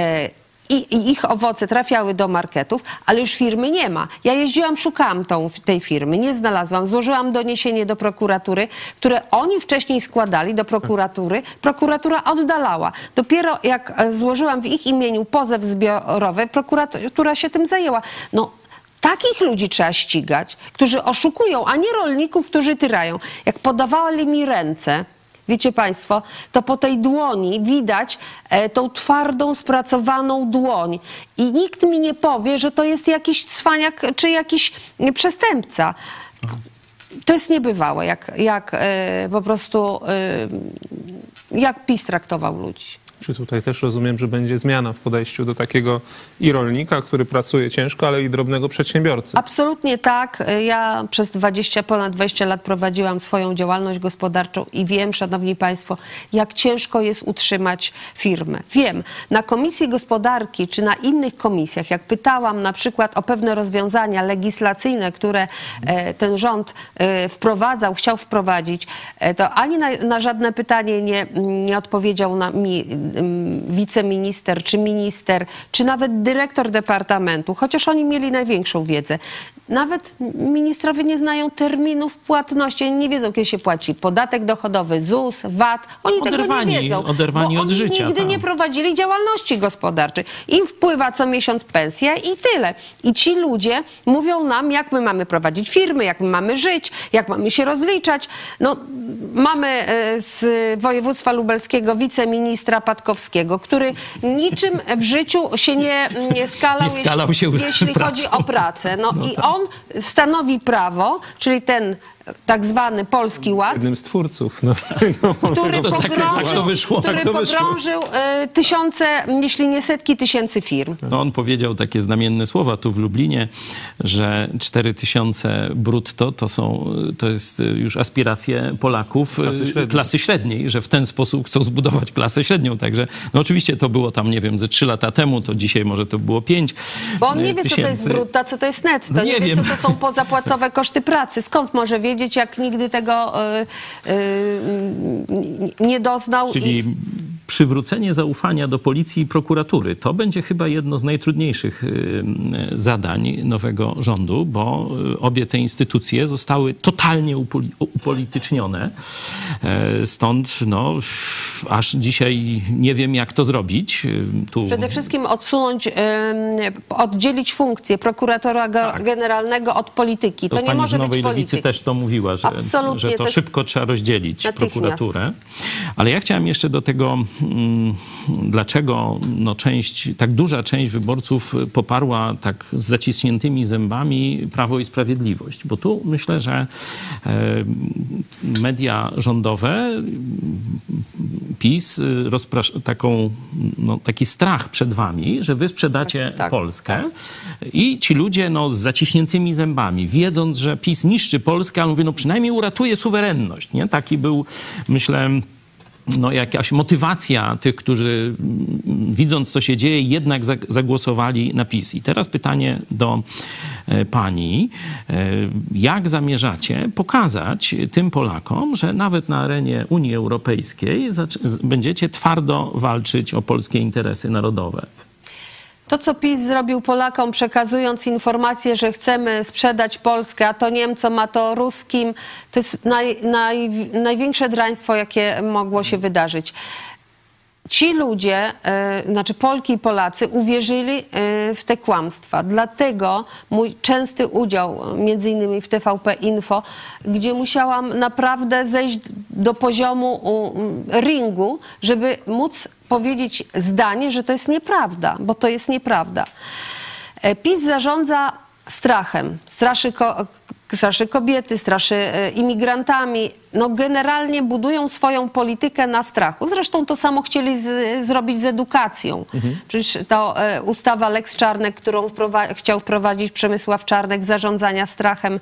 i ich owoce trafiały do marketów, ale już firmy nie ma. Ja jeździłam, szukałam tej firmy, nie znalazłam, złożyłam doniesienie do prokuratury, które oni wcześniej składali do prokuratury, prokuratura oddalała. Dopiero jak złożyłam w ich imieniu pozew zbiorowy, prokuratura się tym zajęła. No, takich ludzi trzeba ścigać, którzy oszukują, a nie rolników, którzy tyrają. Jak podawali mi ręce, wiecie Państwo, to po tej dłoni widać tą twardą, spracowaną dłoń. I nikt mi nie powie, że to jest jakiś cwaniak czy jakiś przestępca. To jest niebywałe, jak po prostu jak PiS traktował ludzi. Czy tutaj też rozumiem, że będzie zmiana w podejściu do takiego i rolnika, który pracuje ciężko, ale i drobnego przedsiębiorcy? Absolutnie tak. Ja przez ponad 20 lat prowadziłam swoją działalność gospodarczą i wiem, szanowni państwo, jak ciężko jest utrzymać firmę. Wiem. Na Komisji Gospodarki czy na innych komisjach, jak pytałam na przykład o pewne rozwiązania legislacyjne, które ten rząd chciał wprowadzić, to ani na żadne pytanie nie odpowiedział mi wiceminister, czy minister, czy nawet dyrektor departamentu, chociaż oni mieli największą wiedzę. Nawet ministrowie nie znają terminów płatności, oni nie wiedzą, kiedy się płaci podatek dochodowy, ZUS, VAT. Oni tego nie wiedzą, oderwani bo od oni życia, nigdy nie prowadzili działalności gospodarczej. Im wpływa co miesiąc pensja i tyle. I ci ludzie mówią nam, jak my mamy prowadzić firmy, jak my mamy żyć, jak mamy się rozliczać. No, mamy z województwa lubelskiego wiceministra Gładkowskiego, który niczym w życiu się nie skalał, jeśli chodzi o pracę. No i on stanowi prawo, czyli ten tak zwany Polski Ład, Jednym z twórców. który pogrążył tysiące, jeśli nie setki tysięcy firm. No on powiedział takie znamienne słowa tu w Lublinie, że 4000 brutto to jest już aspiracje Polaków klasy średniej, że w ten sposób chcą zbudować klasę średnią. Także no oczywiście to było tam, nie wiem, ze 3 lata temu, to dzisiaj może to było 5 Bo on nie wie, co to jest brutto, a co to jest netto. No nie wie, co to są pozapłacowe koszty pracy. Skąd może wiedzieć, jak nigdy tego nie doznał? Czyli przywrócenie zaufania do policji i prokuratury to będzie chyba jedno z najtrudniejszych zadań nowego rządu, bo obie te instytucje zostały totalnie upolitycznione. Stąd no, aż dzisiaj nie wiem, jak to zrobić. Przede wszystkim oddzielić funkcję prokuratora generalnego od polityki. To nie może być Nowej polityk. Lewicy też to mówiła, że to szybko trzeba rozdzielić prokuraturę. Ale ja chciałem jeszcze do tego, dlaczego no, tak duża część wyborców poparła tak z zaciśniętymi zębami Prawo i Sprawiedliwość. Bo tu myślę, że media rządowe, PiS taki strach przed wami, że wy sprzedacie Polskę. I ci ludzie no, z zaciśniętymi zębami, wiedząc, że PiS niszczy Polskę, ale mówię, no przynajmniej uratuje suwerenność. Nie? Taki był, myślę, no, jakaś motywacja tych, którzy widząc, co się dzieje, jednak zagłosowali na PiS. I teraz pytanie do pani. Jak zamierzacie pokazać tym Polakom, że nawet na arenie Unii Europejskiej będziecie twardo walczyć o polskie interesy narodowe? To, co PiS zrobił Polakom, przekazując informację, że chcemy sprzedać Polskę, a to Niemcom, a to ruskim, to jest największe draństwo, jakie mogło się wydarzyć. Ci ludzie, znaczy Polki i Polacy, uwierzyli w te kłamstwa. Dlatego mój częsty udział, między innymi w TVP Info, gdzie musiałam naprawdę zejść do poziomu ringu, żeby móc powiedzieć zdanie, że to jest nieprawda, bo to jest nieprawda. PiS zarządza strachem, straszy kobiety, straszy imigrantami. No generalnie budują swoją politykę na strachu. Zresztą to samo chcieli zrobić z edukacją. Przecież to ustawa Lex Czarnek, którą chciał wprowadzić Przemysław Czarnek, zarządzania strachem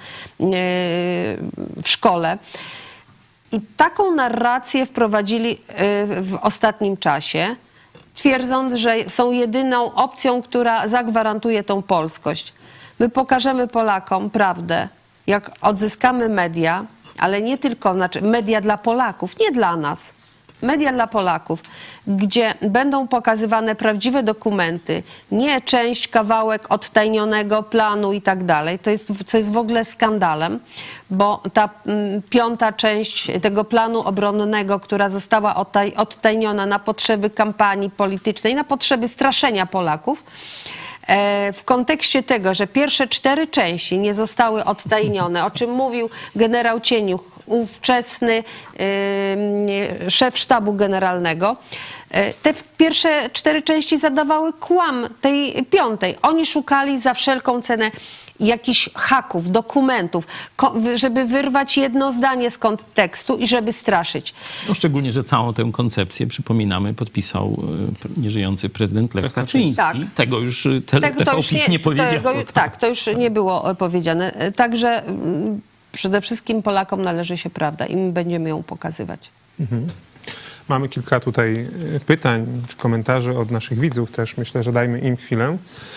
w szkole. I taką narrację wprowadzili w ostatnim czasie, twierdząc, że są jedyną opcją, która zagwarantuje tą polskość. My pokażemy Polakom prawdę, jak odzyskamy media, ale nie tylko, znaczy media dla Polaków, nie dla nas. Media dla Polaków, gdzie będą pokazywane prawdziwe dokumenty, nie część, kawałek odtajnionego planu i tak dalej. Co jest w ogóle skandalem, bo ta 5. część tego planu obronnego, która została odtajniona na potrzeby kampanii politycznej, na potrzeby straszenia Polaków, w kontekście tego, że pierwsze 4 części nie zostały odtajnione, o czym mówił generał Cieniuch, ówczesny szef sztabu generalnego, te pierwsze 4 części zadawały kłam tej 5. Oni szukali za wszelką cenę jakichś haków, dokumentów, żeby wyrwać jedno zdanie z kontekstu i żeby straszyć. No, szczególnie, że całą tę koncepcję, przypominamy, podpisał nieżyjący prezydent Lech Kaczyński. Tak. Tego już TVPiS nie powiedział. Tak, to już nie było powiedziane. Także przede wszystkim Polakom należy się prawda i my będziemy ją pokazywać. Mamy kilka tutaj pytań czy komentarzy od naszych widzów też. Myślę, że dajmy im chwilę.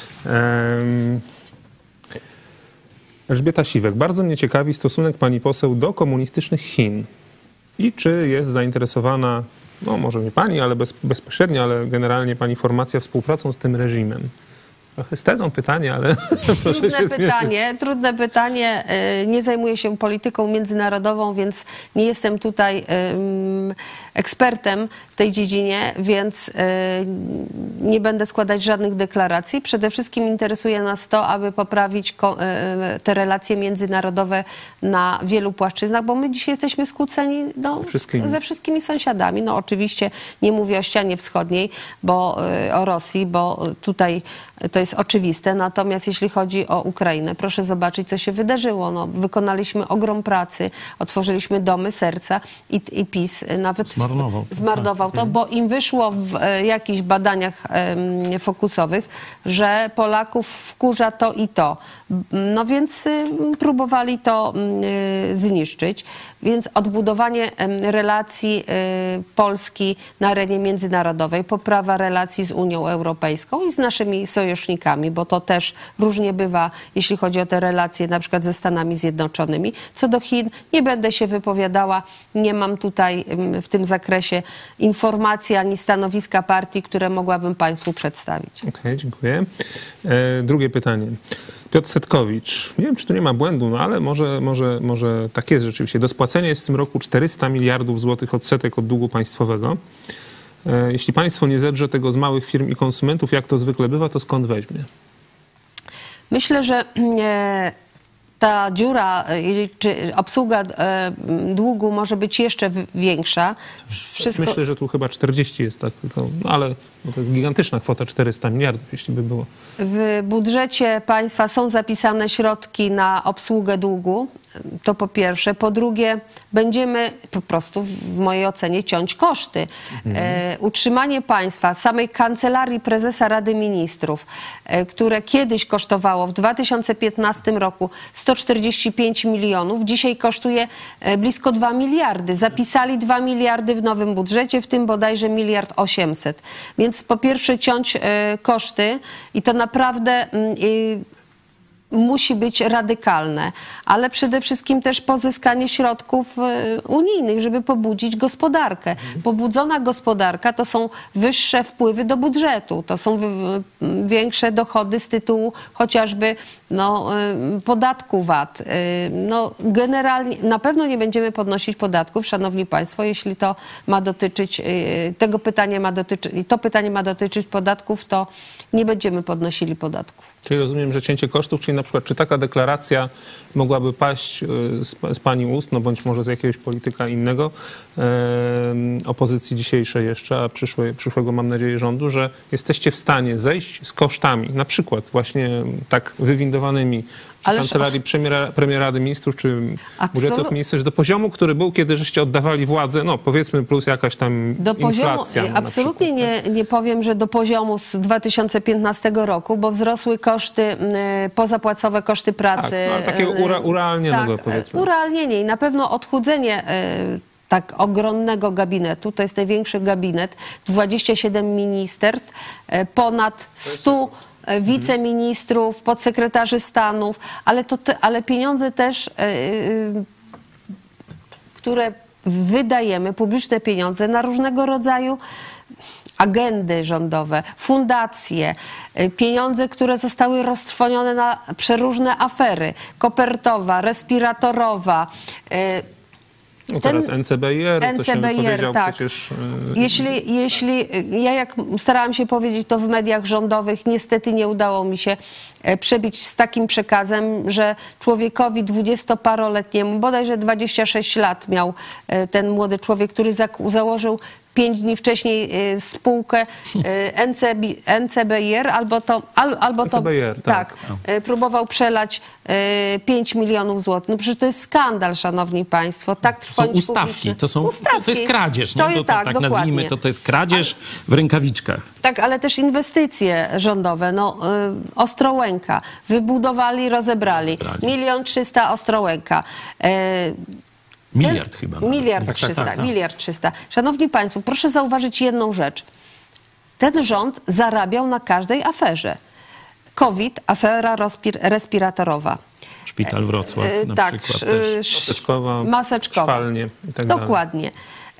Elżbieta Siwek. Bardzo mnie ciekawi stosunek pani poseł do komunistycznych Chin. I czy jest zainteresowana, no może nie pani, ale bezpośrednio, ale generalnie pani formacja współpracą z tym reżimem? Trochę z tezą pytanie, ale proszę się zmierzyć. Trudne pytanie. Nie zajmuję się polityką międzynarodową, więc nie jestem tutaj ekspertem w tej dziedzinie, więc nie będę składać żadnych deklaracji. Przede wszystkim interesuje nas to, aby poprawić te relacje międzynarodowe na wielu płaszczyznach, bo my dzisiaj jesteśmy skłóceni ze wszystkimi sąsiadami. No oczywiście nie mówię o ścianie wschodniej, o Rosji, bo tutaj to jest oczywiste. Natomiast jeśli chodzi o Ukrainę, proszę zobaczyć, co się wydarzyło. No, wykonaliśmy ogrom pracy, otworzyliśmy domy serca i PiS nawet zmarnował to, bo im wyszło w jakichś badaniach fokusowych, że Polaków wkurza to i to. No więc próbowali to zniszczyć. Więc odbudowanie relacji Polski na arenie międzynarodowej, poprawa relacji z Unią Europejską i z naszymi sojusznikami, bo to też różnie bywa, jeśli chodzi o te relacje na przykład ze Stanami Zjednoczonymi. Co do Chin, nie będę się wypowiadała, nie mam tutaj w tym zakresie informacji ani stanowiska partii, które mogłabym Państwu przedstawić. Okej, dziękuję. Drugie pytanie. Piotr Setkowicz, nie wiem, czy tu nie ma błędu, no ale może tak jest rzeczywiście. Do spłacenia jest w tym roku 400 miliardów złotych odsetek od długu państwowego. Jeśli państwo nie zedrze tego z małych firm i konsumentów, jak to zwykle bywa, to skąd weźmie? Myślę, że ta dziura, czy obsługa długu może być jeszcze większa. Myślę, że tu chyba 40 jest, tak, tylko, no ale to jest gigantyczna kwota, 400 miliardów, jeśli by było. W budżecie państwa są zapisane środki na obsługę długu, to po pierwsze. Po drugie, będziemy po prostu, w mojej ocenie, ciąć koszty. Utrzymanie państwa, samej Kancelarii Prezesa Rady Ministrów, które kiedyś kosztowało w 2015 roku 145 milionów, dzisiaj kosztuje blisko 2 miliardy. Zapisali 2 miliardy w nowym budżecie, w tym bodajże 1,8 mld. Więc po pierwsze ciąć koszty i to naprawdę musi być radykalne, ale przede wszystkim też pozyskanie środków unijnych, żeby pobudzić gospodarkę. Pobudzona gospodarka to są wyższe wpływy do budżetu, to są większe dochody z tytułu chociażby podatku VAT. Generalnie na pewno nie będziemy podnosić podatków, szanowni państwo, jeśli to ma dotyczyć, to pytanie ma dotyczyć podatków, to nie będziemy podnosili podatków. Czyli rozumiem, że cięcie kosztów, czyli na przykład czy taka deklaracja mogłaby paść z pani ust, no bądź może z jakiegoś polityka innego, opozycji dzisiejszej jeszcze, a przyszłego mam nadzieję rządu, że jesteście w stanie zejść z kosztami, na przykład właśnie tak wywindowanymi, czy Kancelarii Premiera Rady Ministrów, czy budżetów ministerstw do poziomu, który był, kiedy żeście oddawali władzę, no powiedzmy plus jakaś tam inflacja. Absolutnie nie powiem, że do poziomu z 2015 roku, bo wzrosły koszty, pozapłacowe koszty pracy. Tak, no, takiego urealnionego powiedzmy. Urealnienie i na pewno odchudzenie tak ogromnego gabinetu, to jest największy gabinet, 27 ministerstw, ponad 100 wiceministrów, podsekretarzy stanów, ale pieniądze też, które wydajemy, publiczne pieniądze na różnego rodzaju agendy rządowe, fundacje, pieniądze, które zostały roztrwonione na przeróżne afery, kopertowa, respiratorowa. No teraz NCBR, to się powiedział tak. Przecież... Jeśli ja jak starałam się powiedzieć to w mediach rządowych, niestety nie udało mi się przebić z takim przekazem, że człowiekowi 20-paroletniemu, bodajże 26 lat miał ten młody człowiek, który założył 5 dni wcześniej spółkę NCBR, NCBR, tak. Próbował przelać 5 milionów złotych. No przecież to jest skandal, szanowni państwo. Tak trwonić są ustawki, to jest kradzież, nie? Tak nazwijmy to jest kradzież w rękawiczkach. Tak, ale też inwestycje rządowe. Ostrołęka. Wybudowali, rozebrali. 1 300 000 Ostrołęka. Miliard chyba. Miliard 300. Szanowni państwo, proszę zauważyć jedną rzecz. Ten rząd zarabiał na każdej aferze. COVID, afera respiratorowa. Szpital Wrocław na przykład też. Maseczkowa. Szwalnie i tak Dokładnie.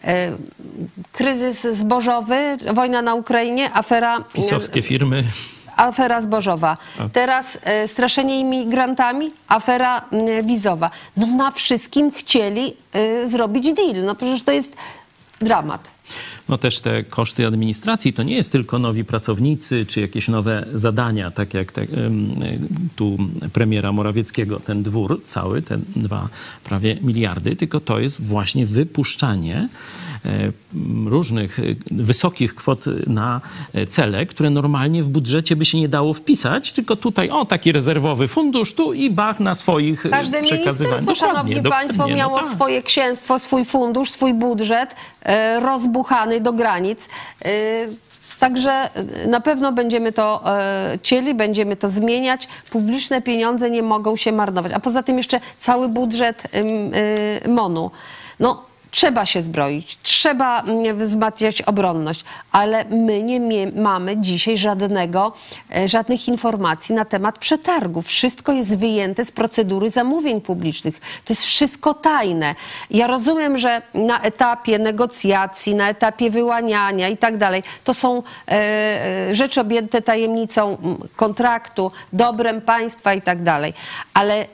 Kryzys zbożowy, wojna na Ukrainie, afera... PiS-owskie firmy. afera zbożowa. Teraz straszenie imigrantami, afera wizowa. No na wszystkim chcieli zrobić deal. No przecież to jest dramat. No też te koszty administracji to nie jest tylko nowi pracownicy czy jakieś nowe zadania, tak jak tu premiera Morawieckiego, ten dwór cały, te 2 prawie miliardy, tylko to jest właśnie wypuszczanie różnych wysokich kwot na cele, które normalnie w budżecie by się nie dało wpisać, tylko tutaj taki rezerwowy fundusz tu i bach na swoich Każde ministerstwo, szanowni państwo, miało swoje księstwo, swój fundusz, swój budżet rozbuchany do granic. Także na pewno będziemy to cieli, będziemy to zmieniać. Publiczne pieniądze nie mogą się marnować. A poza tym jeszcze cały budżet MON-u. No, trzeba się zbroić, trzeba wzmacniać obronność, ale my nie mamy dzisiaj żadnych informacji na temat przetargów. Wszystko jest wyjęte z procedury zamówień publicznych. To jest wszystko tajne. Ja rozumiem, że na etapie negocjacji, na etapie wyłaniania i tak dalej, to są rzeczy objęte tajemnicą kontraktu, dobrem państwa i tak dalej, ale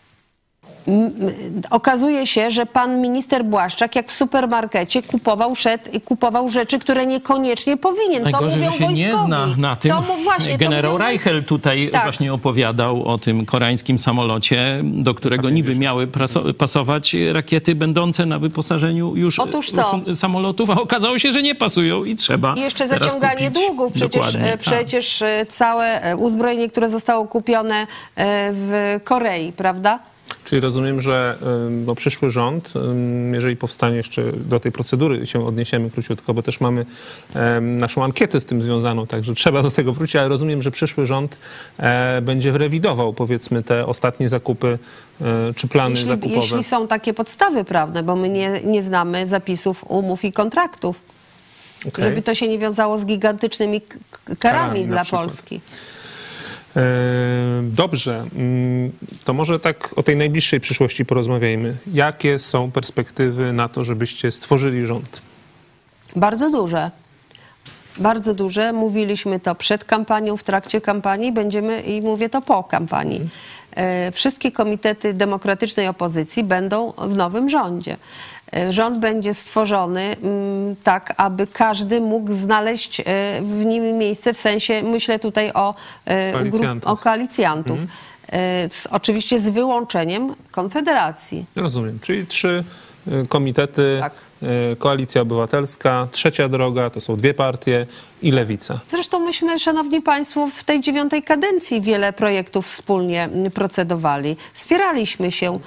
okazuje się, że pan minister Błaszczak, jak w supermarkecie, kupował rzeczy, które niekoniecznie powinien. Najgorzej, że się nie zna na tym. Generał Reichel tutaj właśnie opowiadał o tym koreańskim samolocie, do którego niby miały pasować rakiety będące na wyposażeniu już samolotów, a okazało się, że nie pasują i trzeba I jeszcze zaciąganie długów. Przecież całe uzbrojenie, które zostało kupione w Korei, prawda? Czyli rozumiem, że przyszły rząd, jeżeli powstanie jeszcze do tej procedury się odniesiemy króciutko, bo też mamy naszą ankietę z tym związaną, także trzeba do tego wrócić, ale rozumiem, że przyszły rząd będzie rewidował, powiedzmy, te ostatnie zakupy czy plany zakupowe. Jeśli są takie podstawy prawne, bo my nie znamy zapisów umów i kontraktów, żeby to się nie wiązało z gigantycznymi karami dla Polski. Dobrze, to może tak o tej najbliższej przyszłości porozmawiajmy. Jakie są perspektywy na to, żebyście stworzyli rząd? Bardzo duże. Bardzo duże. Mówiliśmy to przed kampanią, w trakcie kampanii, będziemy i mówię to po kampanii. Wszystkie komitety demokratycznej opozycji będą w nowym rządzie. Rząd będzie stworzony tak, aby każdy mógł znaleźć w nim miejsce, w sensie myślę tutaj o koalicjantów. Oczywiście z wyłączeniem Konfederacji. Rozumiem, czyli 3 komitety, tak. Koalicja Obywatelska, Trzecia Droga, to są 2 partie i Lewica. Zresztą myśmy, szanowni państwo, w tej 9. kadencji wiele projektów wspólnie procedowali. Spieraliśmy się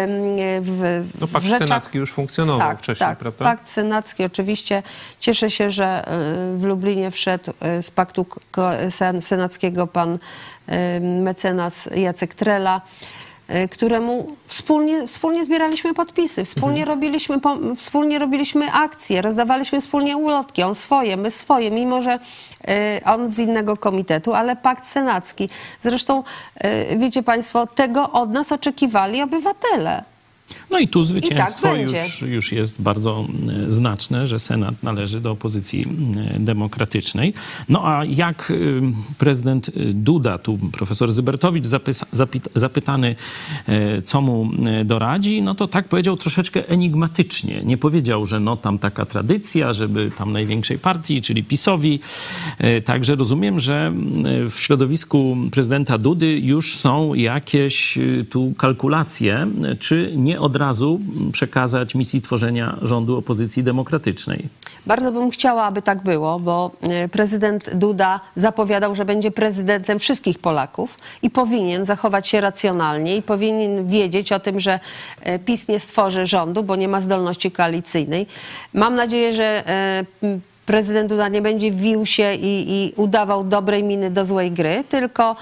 w Pakt rzeczach. senacki już funkcjonował wcześniej, prawda? Pakt senacki oczywiście. Cieszę się, że w Lublinie wszedł z paktu senackiego pan mecenas Jacek Trela, któremu wspólnie zbieraliśmy podpisy, wspólnie robiliśmy akcje, rozdawaliśmy wspólnie ulotki, on swoje, my swoje, mimo że on z innego komitetu, ale pakt senacki. Zresztą, wiecie państwo, tego od nas oczekiwali obywatele. No i tu zwycięstwo już jest bardzo znaczne, że Senat należy do opozycji demokratycznej. No a jak prezydent Duda, tu profesor Zybertowicz zapytany, co mu doradzi, no to tak powiedział troszeczkę enigmatycznie. Nie powiedział, że no tam taka tradycja, żeby tam największej partii, czyli PiS-owi. Także rozumiem, że w środowisku prezydenta Dudy już są jakieś tu kalkulacje, czy nie od razu przekazać misji tworzenia rządu opozycji demokratycznej. Bardzo bym chciała, aby tak było, bo prezydent Duda zapowiadał, że będzie prezydentem wszystkich Polaków i powinien zachować się racjonalnie i powinien wiedzieć o tym, że PiS nie stworzy rządu, bo nie ma zdolności koalicyjnej. Mam nadzieję, że prezydent Duda nie będzie wił się i udawał dobrej miny do złej gry, tylko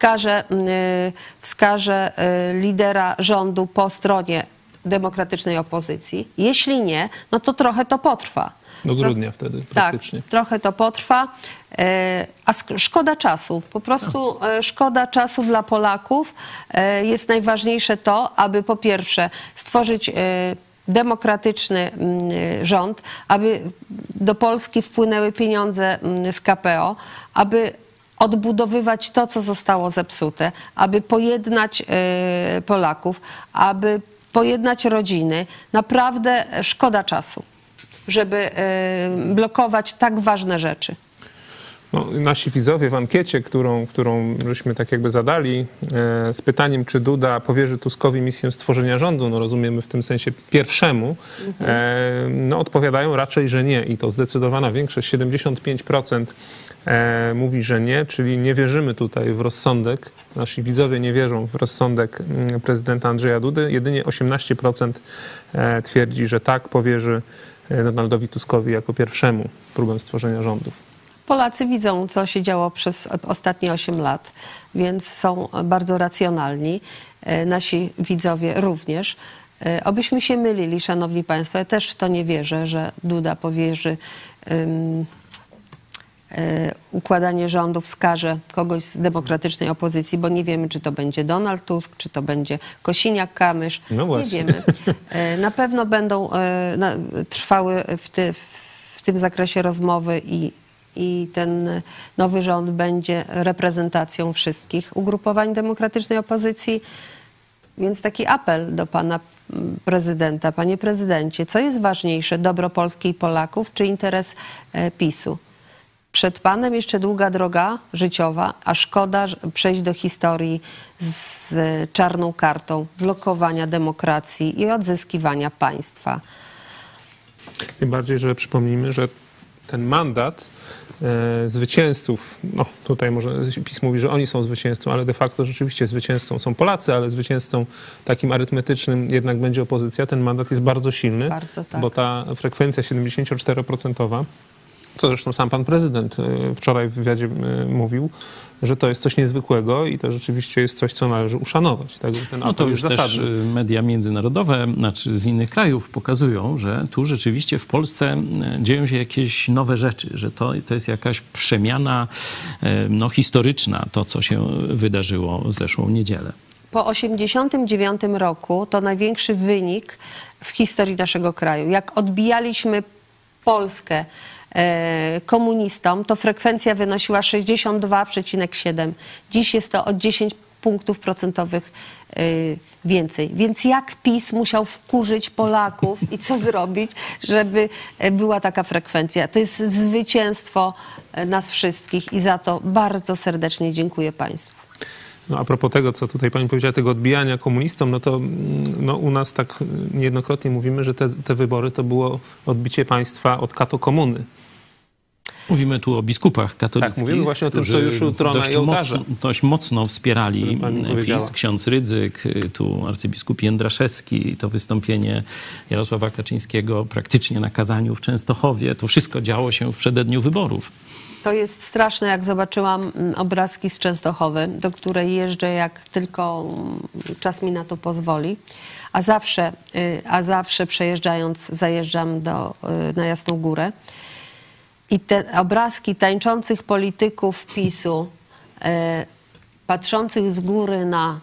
wskaże lidera rządu po stronie demokratycznej opozycji. Jeśli nie, no to trochę to potrwa. Do grudnia wtedy praktycznie. Tak, trochę to potrwa, a szkoda czasu. Po prostu szkoda czasu dla Polaków. Jest najważniejsze to, aby po pierwsze stworzyć demokratyczny rząd, aby do Polski wpłynęły pieniądze z KPO, aby odbudowywać to, co zostało zepsute, aby pojednać Polaków, aby pojednać rodziny. Naprawdę szkoda czasu, żeby blokować tak ważne rzeczy. No, nasi widzowie w ankiecie, którą żeśmy tak jakby zadali z pytaniem, czy Duda powierzy Tuskowi misję stworzenia rządu, no rozumiemy w tym sensie pierwszemu, no odpowiadają raczej, że nie. I to zdecydowana większość, 75% mówi, że nie, czyli nie wierzymy tutaj w rozsądek. Nasi widzowie nie wierzą w rozsądek prezydenta Andrzeja Dudy. Jedynie 18% twierdzi, że tak, powierzy Donaldowi Tuskowi jako pierwszemu próbę stworzenia rządów. Polacy widzą, co się działo przez ostatnie 8 lat, więc są bardzo racjonalni. Nasi widzowie również. Obyśmy się mylili, szanowni państwo. Ja też w to nie wierzę, że Duda powierzy układanie rządu, wskaże kogoś z demokratycznej opozycji, bo nie wiemy, czy to będzie Donald Tusk, czy to będzie Kosiniak-Kamysz. No właśnie. Nie wiemy. Na pewno będą trwały w tym zakresie rozmowy i ten nowy rząd będzie reprezentacją wszystkich ugrupowań demokratycznej opozycji. Więc taki apel do pana prezydenta. Panie prezydencie, co jest ważniejsze, dobro Polski i Polaków, czy interes PiS-u? Przed panem jeszcze długa droga życiowa, a szkoda przejść do historii z czarną kartą blokowania demokracji i odzyskiwania państwa. Tym bardziej, że przypomnijmy, że ten mandat zwycięzców, no tutaj może PiS mówi, że oni są zwycięzcą, ale de facto rzeczywiście zwycięzcą są Polacy, ale zwycięzcą takim arytmetycznym jednak będzie opozycja. Ten mandat jest bardzo silny, bardzo, tak. Bo ta frekwencja 74%, co zresztą sam pan prezydent wczoraj w wywiadzie mówił, że to jest coś niezwykłego i to rzeczywiście jest coś, co należy uszanować. Tak? Ten No to już jest też media międzynarodowe, znaczy z innych krajów pokazują, że tu rzeczywiście w Polsce dzieją się jakieś nowe rzeczy, że to jest jakaś przemiana no, historyczna, to co się wydarzyło w zeszłą niedzielę. Po 1989 roku to największy wynik w historii naszego kraju. Jak odbijaliśmy Polskę komunistom, to frekwencja wynosiła 62,7. Dziś jest to o 10 punktów procentowych więcej. Więc jak PiS musiał wkurzyć Polaków i co zrobić, żeby była taka frekwencja? To jest zwycięstwo nas wszystkich i za to bardzo serdecznie dziękuję państwu. No a propos tego, co tutaj pani powiedziała, tego odbijania komunistom, no to no, u nas tak niejednokrotnie mówimy, że te wybory to było odbicie państwa od katokomuny. Mówimy tu o biskupach katolickich. Tak, mówimy właśnie o tym sojuszu trona i ołtarza. Dość mocno wspierali PiS. Ksiądz Rydzyk, tu arcybiskup Jędraszewski, to wystąpienie Jarosława Kaczyńskiego praktycznie na kazaniu w Częstochowie. To wszystko działo się w przededniu wyborów. To jest straszne, jak zobaczyłam obrazki z Częstochowy, do której jeżdżę, jak tylko czas mi na to pozwoli. A zawsze przejeżdżając, zajeżdżam na Jasną Górę. I te obrazki tańczących polityków PiS-u, patrzących z góry na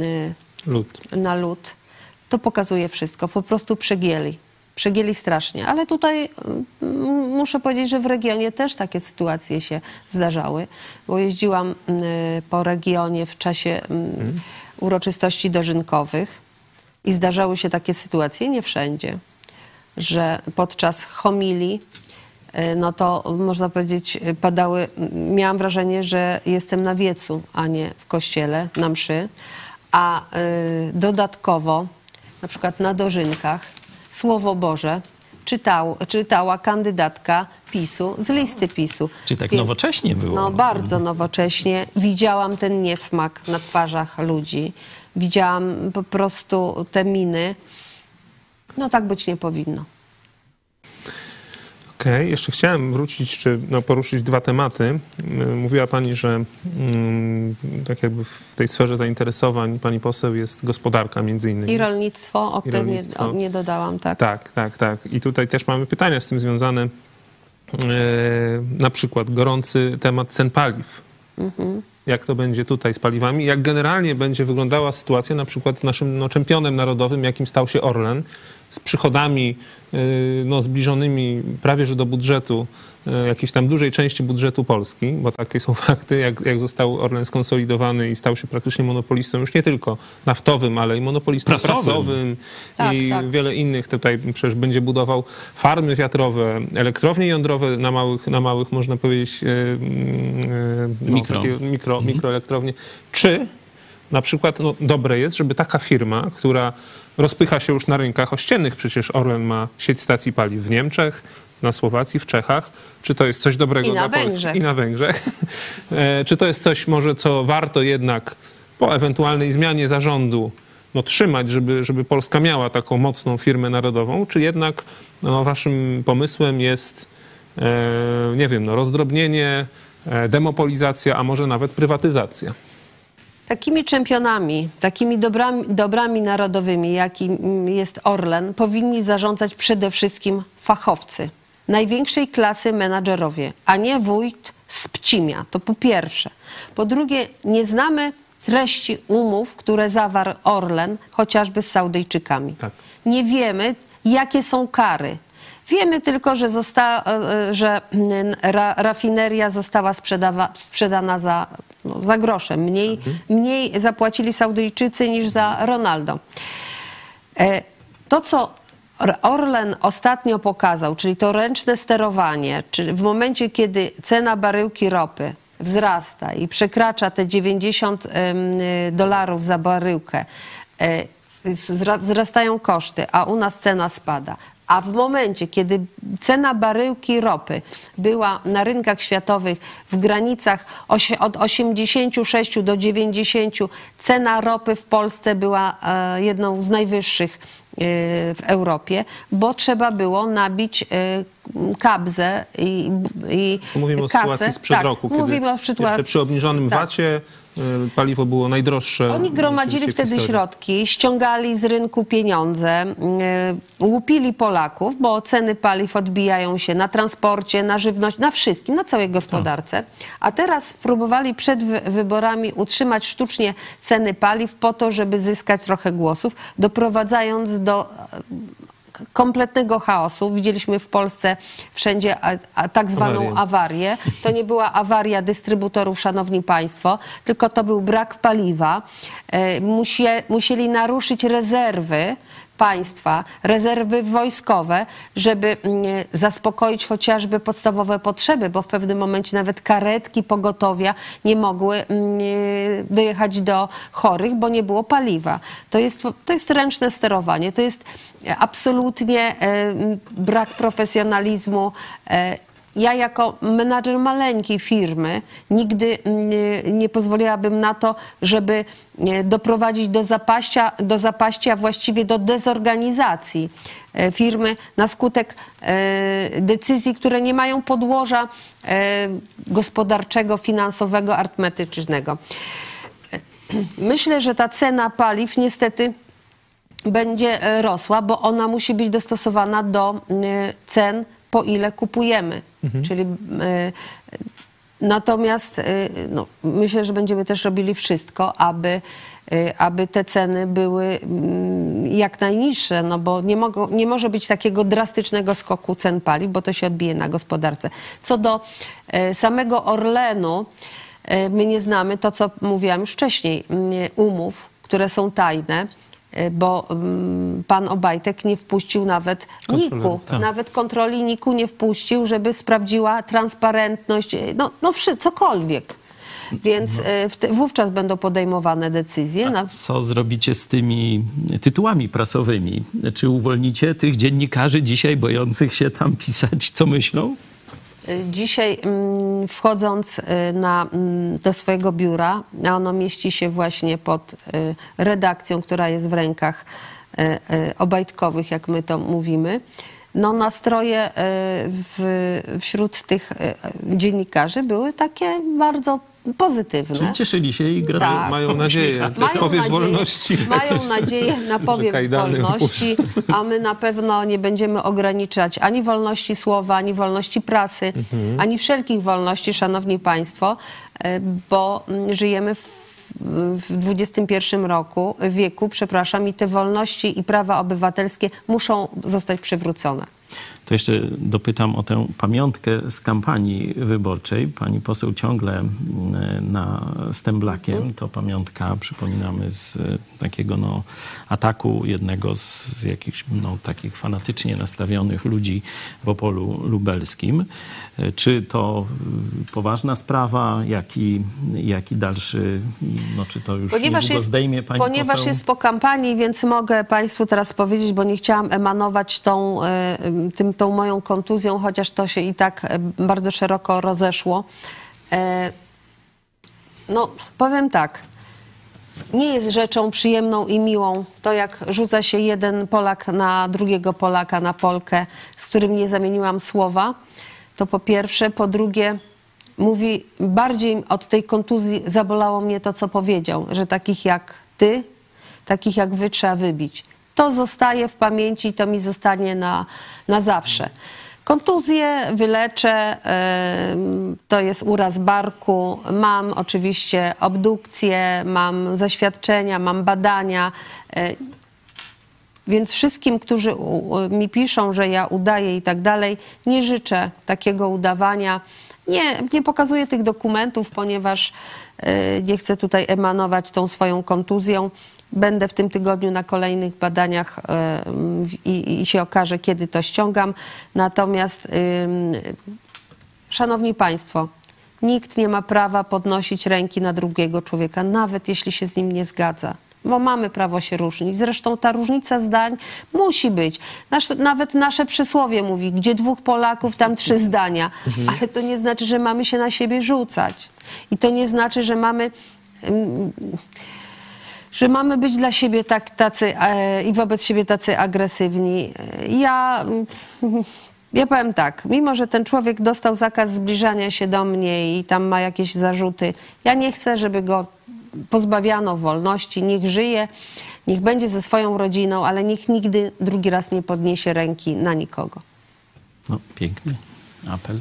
lud, to pokazuje wszystko. Po prostu przegięli. Przegięli strasznie. Ale tutaj muszę powiedzieć, że w regionie też takie sytuacje się zdarzały, bo jeździłam po regionie w czasie uroczystości dożynkowych i zdarzały się takie sytuacje, nie wszędzie, że podczas homilii no to można powiedzieć miałam wrażenie, że jestem na wiecu, a nie w kościele, na mszy, a dodatkowo na przykład na dożynkach Słowo Boże czytała kandydatka PiS-u z listy PiS-u. Czyli tak nowocześnie było. No bardzo nowocześnie. Widziałam ten niesmak na twarzach ludzi. Widziałam po prostu te miny. No tak być nie powinno. Okej, jeszcze chciałem wrócić, czy poruszyć dwa tematy. Mówiła pani, że tak jakby w tej sferze zainteresowań pani poseł jest gospodarka między innymi. I rolnictwo, o którym nie dodałam, tak. Tak. I tutaj też mamy pytania z tym związane. Na przykład gorący temat cen paliw. Jak to będzie tutaj z paliwami? Jak generalnie będzie wyglądała sytuacja na przykład z naszym czempionem narodowym, jakim stał się Orlen, z przychodami zbliżonymi prawie że do budżetu jakiejś tam dużej części budżetu Polski, bo takie są fakty, jak został Orlen skonsolidowany i stał się praktycznie monopolistą już nie tylko naftowym, ale i monopolistą prasowym i wiele innych. Tutaj przecież będzie budował farmy wiatrowe, elektrownie jądrowe na małych można powiedzieć, mikroelektrownie. Czy na przykład dobre jest, żeby taka firma, która rozpycha się już na rynkach ościennych, przecież Orlen ma sieć stacji paliw w Niemczech, na Słowacji, w Czechach. Czy to jest coś dobrego dla Polski? I na Węgrzech. Czy to jest coś może, co warto jednak po ewentualnej zmianie zarządu trzymać, żeby Polska miała taką mocną firmę narodową? Czy jednak waszym pomysłem jest, nie wiem, rozdrobnienie, demopolizacja, a może nawet prywatyzacja? Takimi czempionami, takimi dobrami narodowymi, jakim jest Orlen, powinni zarządzać przede wszystkim fachowcy, największej klasy menadżerowie, a nie wójt z Pcimia. To po pierwsze. Po drugie, nie znamy treści umów, które zawarł Orlen, chociażby z Saudyjczykami. Tak. Nie wiemy, jakie są kary. Wiemy tylko, że rafineria została sprzedana za grosze. Mniej zapłacili Saudyjczycy niż za Ronaldo. To, co Orlen ostatnio pokazał, czyli to ręczne sterowanie, czyli w momencie, kiedy cena baryłki ropy wzrasta i przekracza te $90 za baryłkę, wzrastają koszty, a u nas cena spada. A w momencie, kiedy cena baryłki ropy była na rynkach światowych w granicach od 86 do 90, cena ropy w Polsce była jedną z najwyższych w Europie, bo trzeba było nabić kabzę i mówimy kasę. O sytuacji sprzed roku, kiedy jeszcze przy obniżonym VAT-cie paliwo było najdroższe. Oni gromadzili wtedy środki, ściągali z rynku pieniądze, łupili Polaków, bo ceny paliw odbijają się na transporcie, na żywność, na wszystkim, na całej gospodarce. A teraz próbowali przed wyborami utrzymać sztucznie ceny paliw po to, żeby zyskać trochę głosów, doprowadzając do kompletnego chaosu. Widzieliśmy w Polsce wszędzie tak zwaną awarię. To nie była awaria dystrybutorów, szanowni państwo, tylko to był brak paliwa. Musieli naruszyć rezerwy państwa, rezerwy wojskowe, żeby zaspokoić chociażby podstawowe potrzeby, bo w pewnym momencie nawet karetki pogotowia nie mogły dojechać do chorych, bo nie było paliwa. To jest ręczne sterowanie, to jest absolutnie brak profesjonalizmu. Ja jako menadżer maleńkiej firmy nigdy nie pozwoliłabym na to, żeby doprowadzić do zapaści, a właściwie do dezorganizacji firmy na skutek decyzji, które nie mają podłoża gospodarczego, finansowego, arytmetycznego. Myślę, że ta cena paliw niestety będzie rosła, bo ona musi być dostosowana do cen, po ile kupujemy. Czyli natomiast myślę, że będziemy też robili wszystko, aby te ceny były jak najniższe, bo nie może być takiego drastycznego skoku cen paliw, bo to się odbije na gospodarce. Co do samego Orlenu, my nie znamy, to co mówiłam już wcześniej, umów, które są tajne, bo pan Obajtek nie wpuścił nawet NIK-u, nawet kontroli NIK-u nie wpuścił, żeby sprawdziła transparentność, cokolwiek. Więc wówczas będą podejmowane decyzje. A co zrobicie z tymi tytułami prasowymi? Czy uwolnicie tych dziennikarzy dzisiaj bojących się tam pisać, co myślą? Dzisiaj wchodząc do swojego biura, a ono mieści się właśnie pod redakcją, która jest w rękach obajtkowych, jak my to mówimy, nastroje wśród tych dziennikarzy były takie bardzo pozytywne. Czyli cieszyli się i mają nadzieję na powiew wolności. Mają nadzieję na powiew wolności, a my na pewno nie będziemy ograniczać ani wolności słowa, ani wolności prasy, ani wszelkich wolności, szanowni państwo, bo żyjemy w XXI wieku, i te wolności i prawa obywatelskie muszą zostać przywrócone. To jeszcze dopytam o tę pamiątkę z kampanii wyborczej. Pani poseł ciągle na Stęblakiem. To pamiątka, przypominamy, z takiego ataku jednego z jakichś takich fanatycznie nastawionych ludzi w Opolu Lubelskim. Czy to poważna sprawa? Jaki dalszy, czy to już niedługo zdejmie pani poseł? Ponieważ jest po kampanii, więc mogę państwu teraz powiedzieć, bo nie chciałam emanować tą moją kontuzją, chociaż to się i tak bardzo szeroko rozeszło. Powiem tak. Nie jest rzeczą przyjemną i miłą to, jak rzuca się jeden Polak na drugiego Polaka, na Polkę, z którym nie zamieniłam słowa. To po pierwsze. Po drugie, mówi, bardziej od tej kontuzji zabolało mnie to, co powiedział, że takich jak ty, takich jak wy trzeba wybić. To zostaje w pamięci i to mi zostanie na zawsze. Kontuzję wyleczę, to jest uraz barku, mam oczywiście obdukcję, mam zaświadczenia, mam badania, więc wszystkim, którzy mi piszą, że ja udaję i tak dalej, nie życzę takiego udawania. Nie pokazuję tych dokumentów, ponieważ nie chcę tutaj emanować tą swoją kontuzją. Będę w tym tygodniu na kolejnych badaniach i się okaże, kiedy to ściągam. Natomiast, szanowni państwo, nikt nie ma prawa podnosić ręki na drugiego człowieka, nawet jeśli się z nim nie zgadza. Bo mamy prawo się różnić. Zresztą ta różnica zdań musi być. Nawet nasze przysłowie mówi, gdzie dwóch Polaków, tam 3 zdania. Ale to nie znaczy, że mamy się na siebie rzucać. I to nie znaczy, że mamy być dla siebie tacy i wobec siebie tacy agresywni. Ja powiem tak, mimo że ten człowiek dostał zakaz zbliżania się do mnie i tam ma jakieś zarzuty, ja nie chcę, żeby go pozbawiano wolności. Niech żyje, niech będzie ze swoją rodziną, ale niech nigdy drugi raz nie podniesie ręki na nikogo. Piękny apel.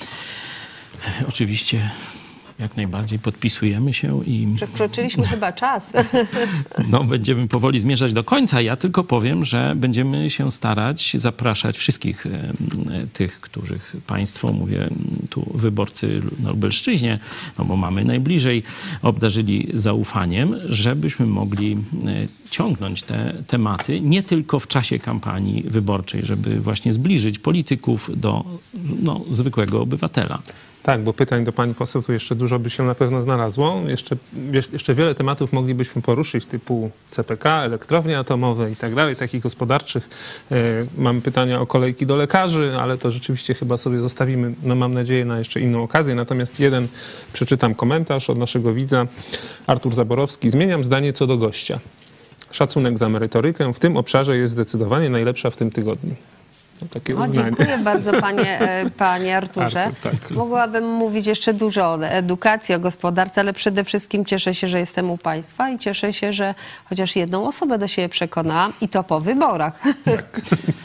Oczywiście jak najbardziej podpisujemy się i... Przekroczyliśmy chyba czas. Będziemy powoli zmierzać do końca. Ja tylko powiem, że będziemy się starać zapraszać wszystkich tych, których państwo, mówię tu wyborcy na Lubelszczyźnie, bo mamy najbliżej, obdarzyli zaufaniem, żebyśmy mogli ciągnąć te tematy nie tylko w czasie kampanii wyborczej, żeby właśnie zbliżyć polityków do zwykłego obywatela. Tak, bo pytań do pani poseł tu jeszcze dużo by się na pewno znalazło. Jeszcze wiele tematów moglibyśmy poruszyć, typu CPK, elektrownie atomowe i tak dalej, takich gospodarczych. Mamy pytania o kolejki do lekarzy, ale to rzeczywiście chyba sobie zostawimy, mam nadzieję, na jeszcze inną okazję. Natomiast przeczytam komentarz od naszego widza, Artur Zaborowski. Zmieniam zdanie co do gościa. Szacunek za merytorykę w tym obszarze jest zdecydowanie najlepsza w tym tygodniu. Takie uznanie. Dziękuję bardzo, panie Arturze. Tak. Mogłabym mówić jeszcze dużo o edukacji, o gospodarce, ale przede wszystkim cieszę się, że jestem u państwa i cieszę się, że chociaż jedną osobę do siebie przekonałam i to po wyborach. Tak.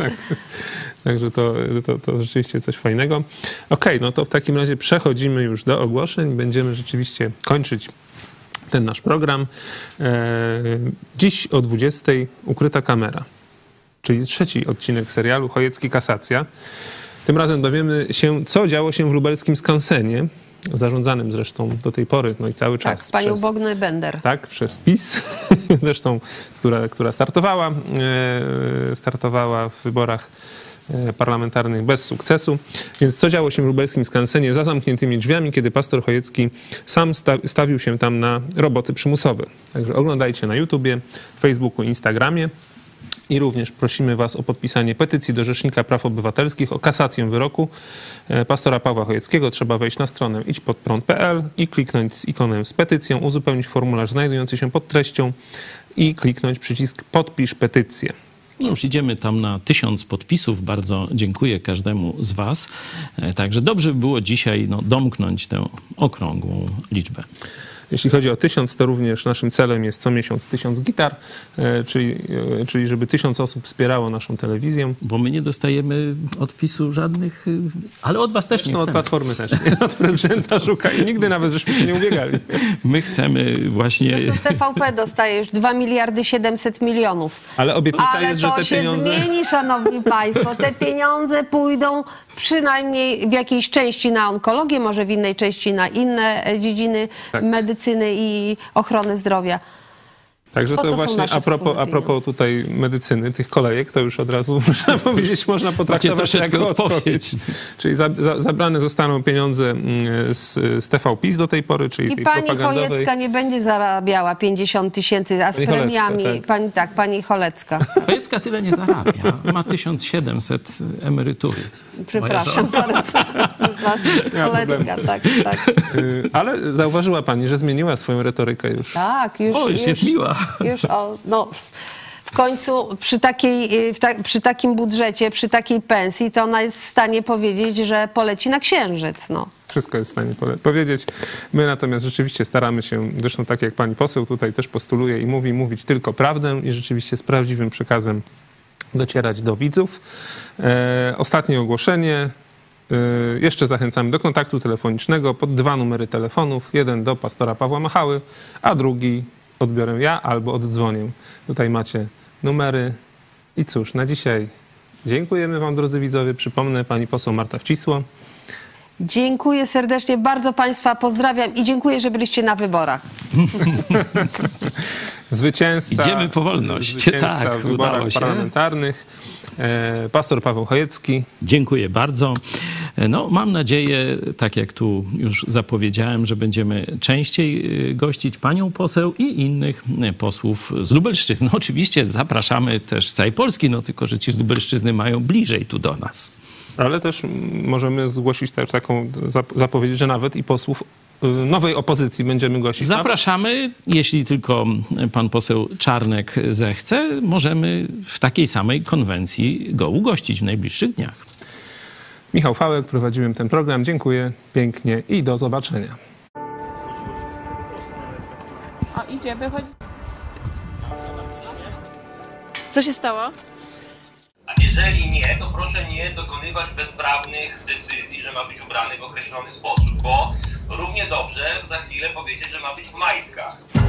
Także to rzeczywiście coś fajnego. Okej, to w takim razie przechodzimy już do ogłoszeń. Będziemy rzeczywiście kończyć ten nasz program. Dziś o 20:00 Ukryta kamera, czyli 3. odcinek serialu Chojecki Kasacja. Tym razem dowiemy się, co działo się w lubelskim skansenie, zarządzanym zresztą do tej pory, i cały czas. Tak, panią Bogny-Bender. Tak, przez PiS, zresztą, która startowała w wyborach parlamentarnych bez sukcesu. Więc co działo się w lubelskim skansenie za zamkniętymi drzwiami, kiedy pastor Chojecki sam stawił się tam na roboty przymusowe. Także oglądajcie na YouTubie, Facebooku, Instagramie. I również prosimy was o podpisanie petycji do Rzecznika Praw Obywatelskich o kasację wyroku pastora Pawła Chojeckiego. Trzeba wejść na stronę idźpodprąd.pl i kliknąć z ikonem z petycją, uzupełnić formularz znajdujący się pod treścią i kliknąć przycisk podpisz petycję. Już idziemy tam na 1000 podpisów. Bardzo dziękuję każdemu z was. Także dobrze by było dzisiaj domknąć tę okrągłą liczbę. Jeśli chodzi o 1000, to również naszym celem jest co miesiąc 1000 gitar, czyli żeby 1000 osób wspierało naszą telewizję. Bo my nie dostajemy odpisu żadnych, ale od was też nie No, chcemy. od Platformy też, nie? Od prezydenta Żuka i nigdy nawet żeśmy się nie ubiegali. My chcemy właśnie... TVP dostaje już 2 miliardy 700 milionów. Ale obietnica Ale jest, że to te się pieniądze... zmieni, szanowni państwo. Te pieniądze pójdą przynajmniej w jakiejś części na onkologię, może w innej części na inne dziedziny medycyny i ochrony zdrowia. Także Po to to są właśnie nasze a propos wspólne tutaj medycyny, tych kolejek, to już od razu można powiedzieć, można potraktować troszeczkę jako odpowiedź. Czyli zabrane zostaną pieniądze z TV PiS do tej pory, czyli I tej pani propagandowej. Chojecka nie będzie zarabiała 50 000, a z Pani premiami... Cholecka, Pani Cholecka. Chojecka tyle nie zarabia. Ma 1700 emerytury. Przepraszam bardzo. Cholecka, tak. Ale zauważyła pani, że zmieniła swoją retorykę już. Tak, Już jest miła. Już w końcu przy takim budżecie, przy takiej pensji, to ona jest w stanie powiedzieć, że poleci na Księżyc. No. Wszystko jest w stanie powiedzieć. My natomiast rzeczywiście staramy się, zresztą tak jak pani poseł tutaj też postuluje i mówić tylko prawdę i rzeczywiście z prawdziwym przekazem docierać do widzów. Ostatnie ogłoszenie. Jeszcze zachęcamy do kontaktu telefonicznego pod 2 numery telefonów. Jeden do pastora Pawła Machały, a drugi odbiorę ja albo oddzwonię. Tutaj macie numery. I cóż, na dzisiaj dziękujemy wam, drodzy widzowie. Przypomnę, pani poseł Marta Wcisło. Dziękuję serdecznie, bardzo państwa pozdrawiam i dziękuję, że byliście na wyborach. Zwycięzca. Idziemy po wolność. Zwycięzca Tak, w wyborach udało się. parlamentarnych. Pastor Paweł Chojecki. Dziękuję bardzo. No, mam nadzieję, tak jak tu już zapowiedziałem, że będziemy częściej gościć panią poseł i innych posłów z Lubelszczyzny. Oczywiście zapraszamy też z całej Polski, no tylko że ci z Lubelszczyzny mają bliżej tu do nas. Ale też możemy zgłosić też taką zapowiedź, że nawet i posłów nowej opozycji będziemy gościć. Zapraszamy, jeśli tylko pan poseł Czarnek zechce, możemy w takiej samej konwencji go ugościć w najbliższych dniach. Michał Fałek, prowadziłem ten program. Dziękuję pięknie i do zobaczenia. O, idzie, wychodzi. Co się stało? A jeżeli nie, to proszę nie dokonywać bezprawnych decyzji, że ma być ubrany w określony sposób, bo równie dobrze za chwilę powiecie, że ma być w majtkach.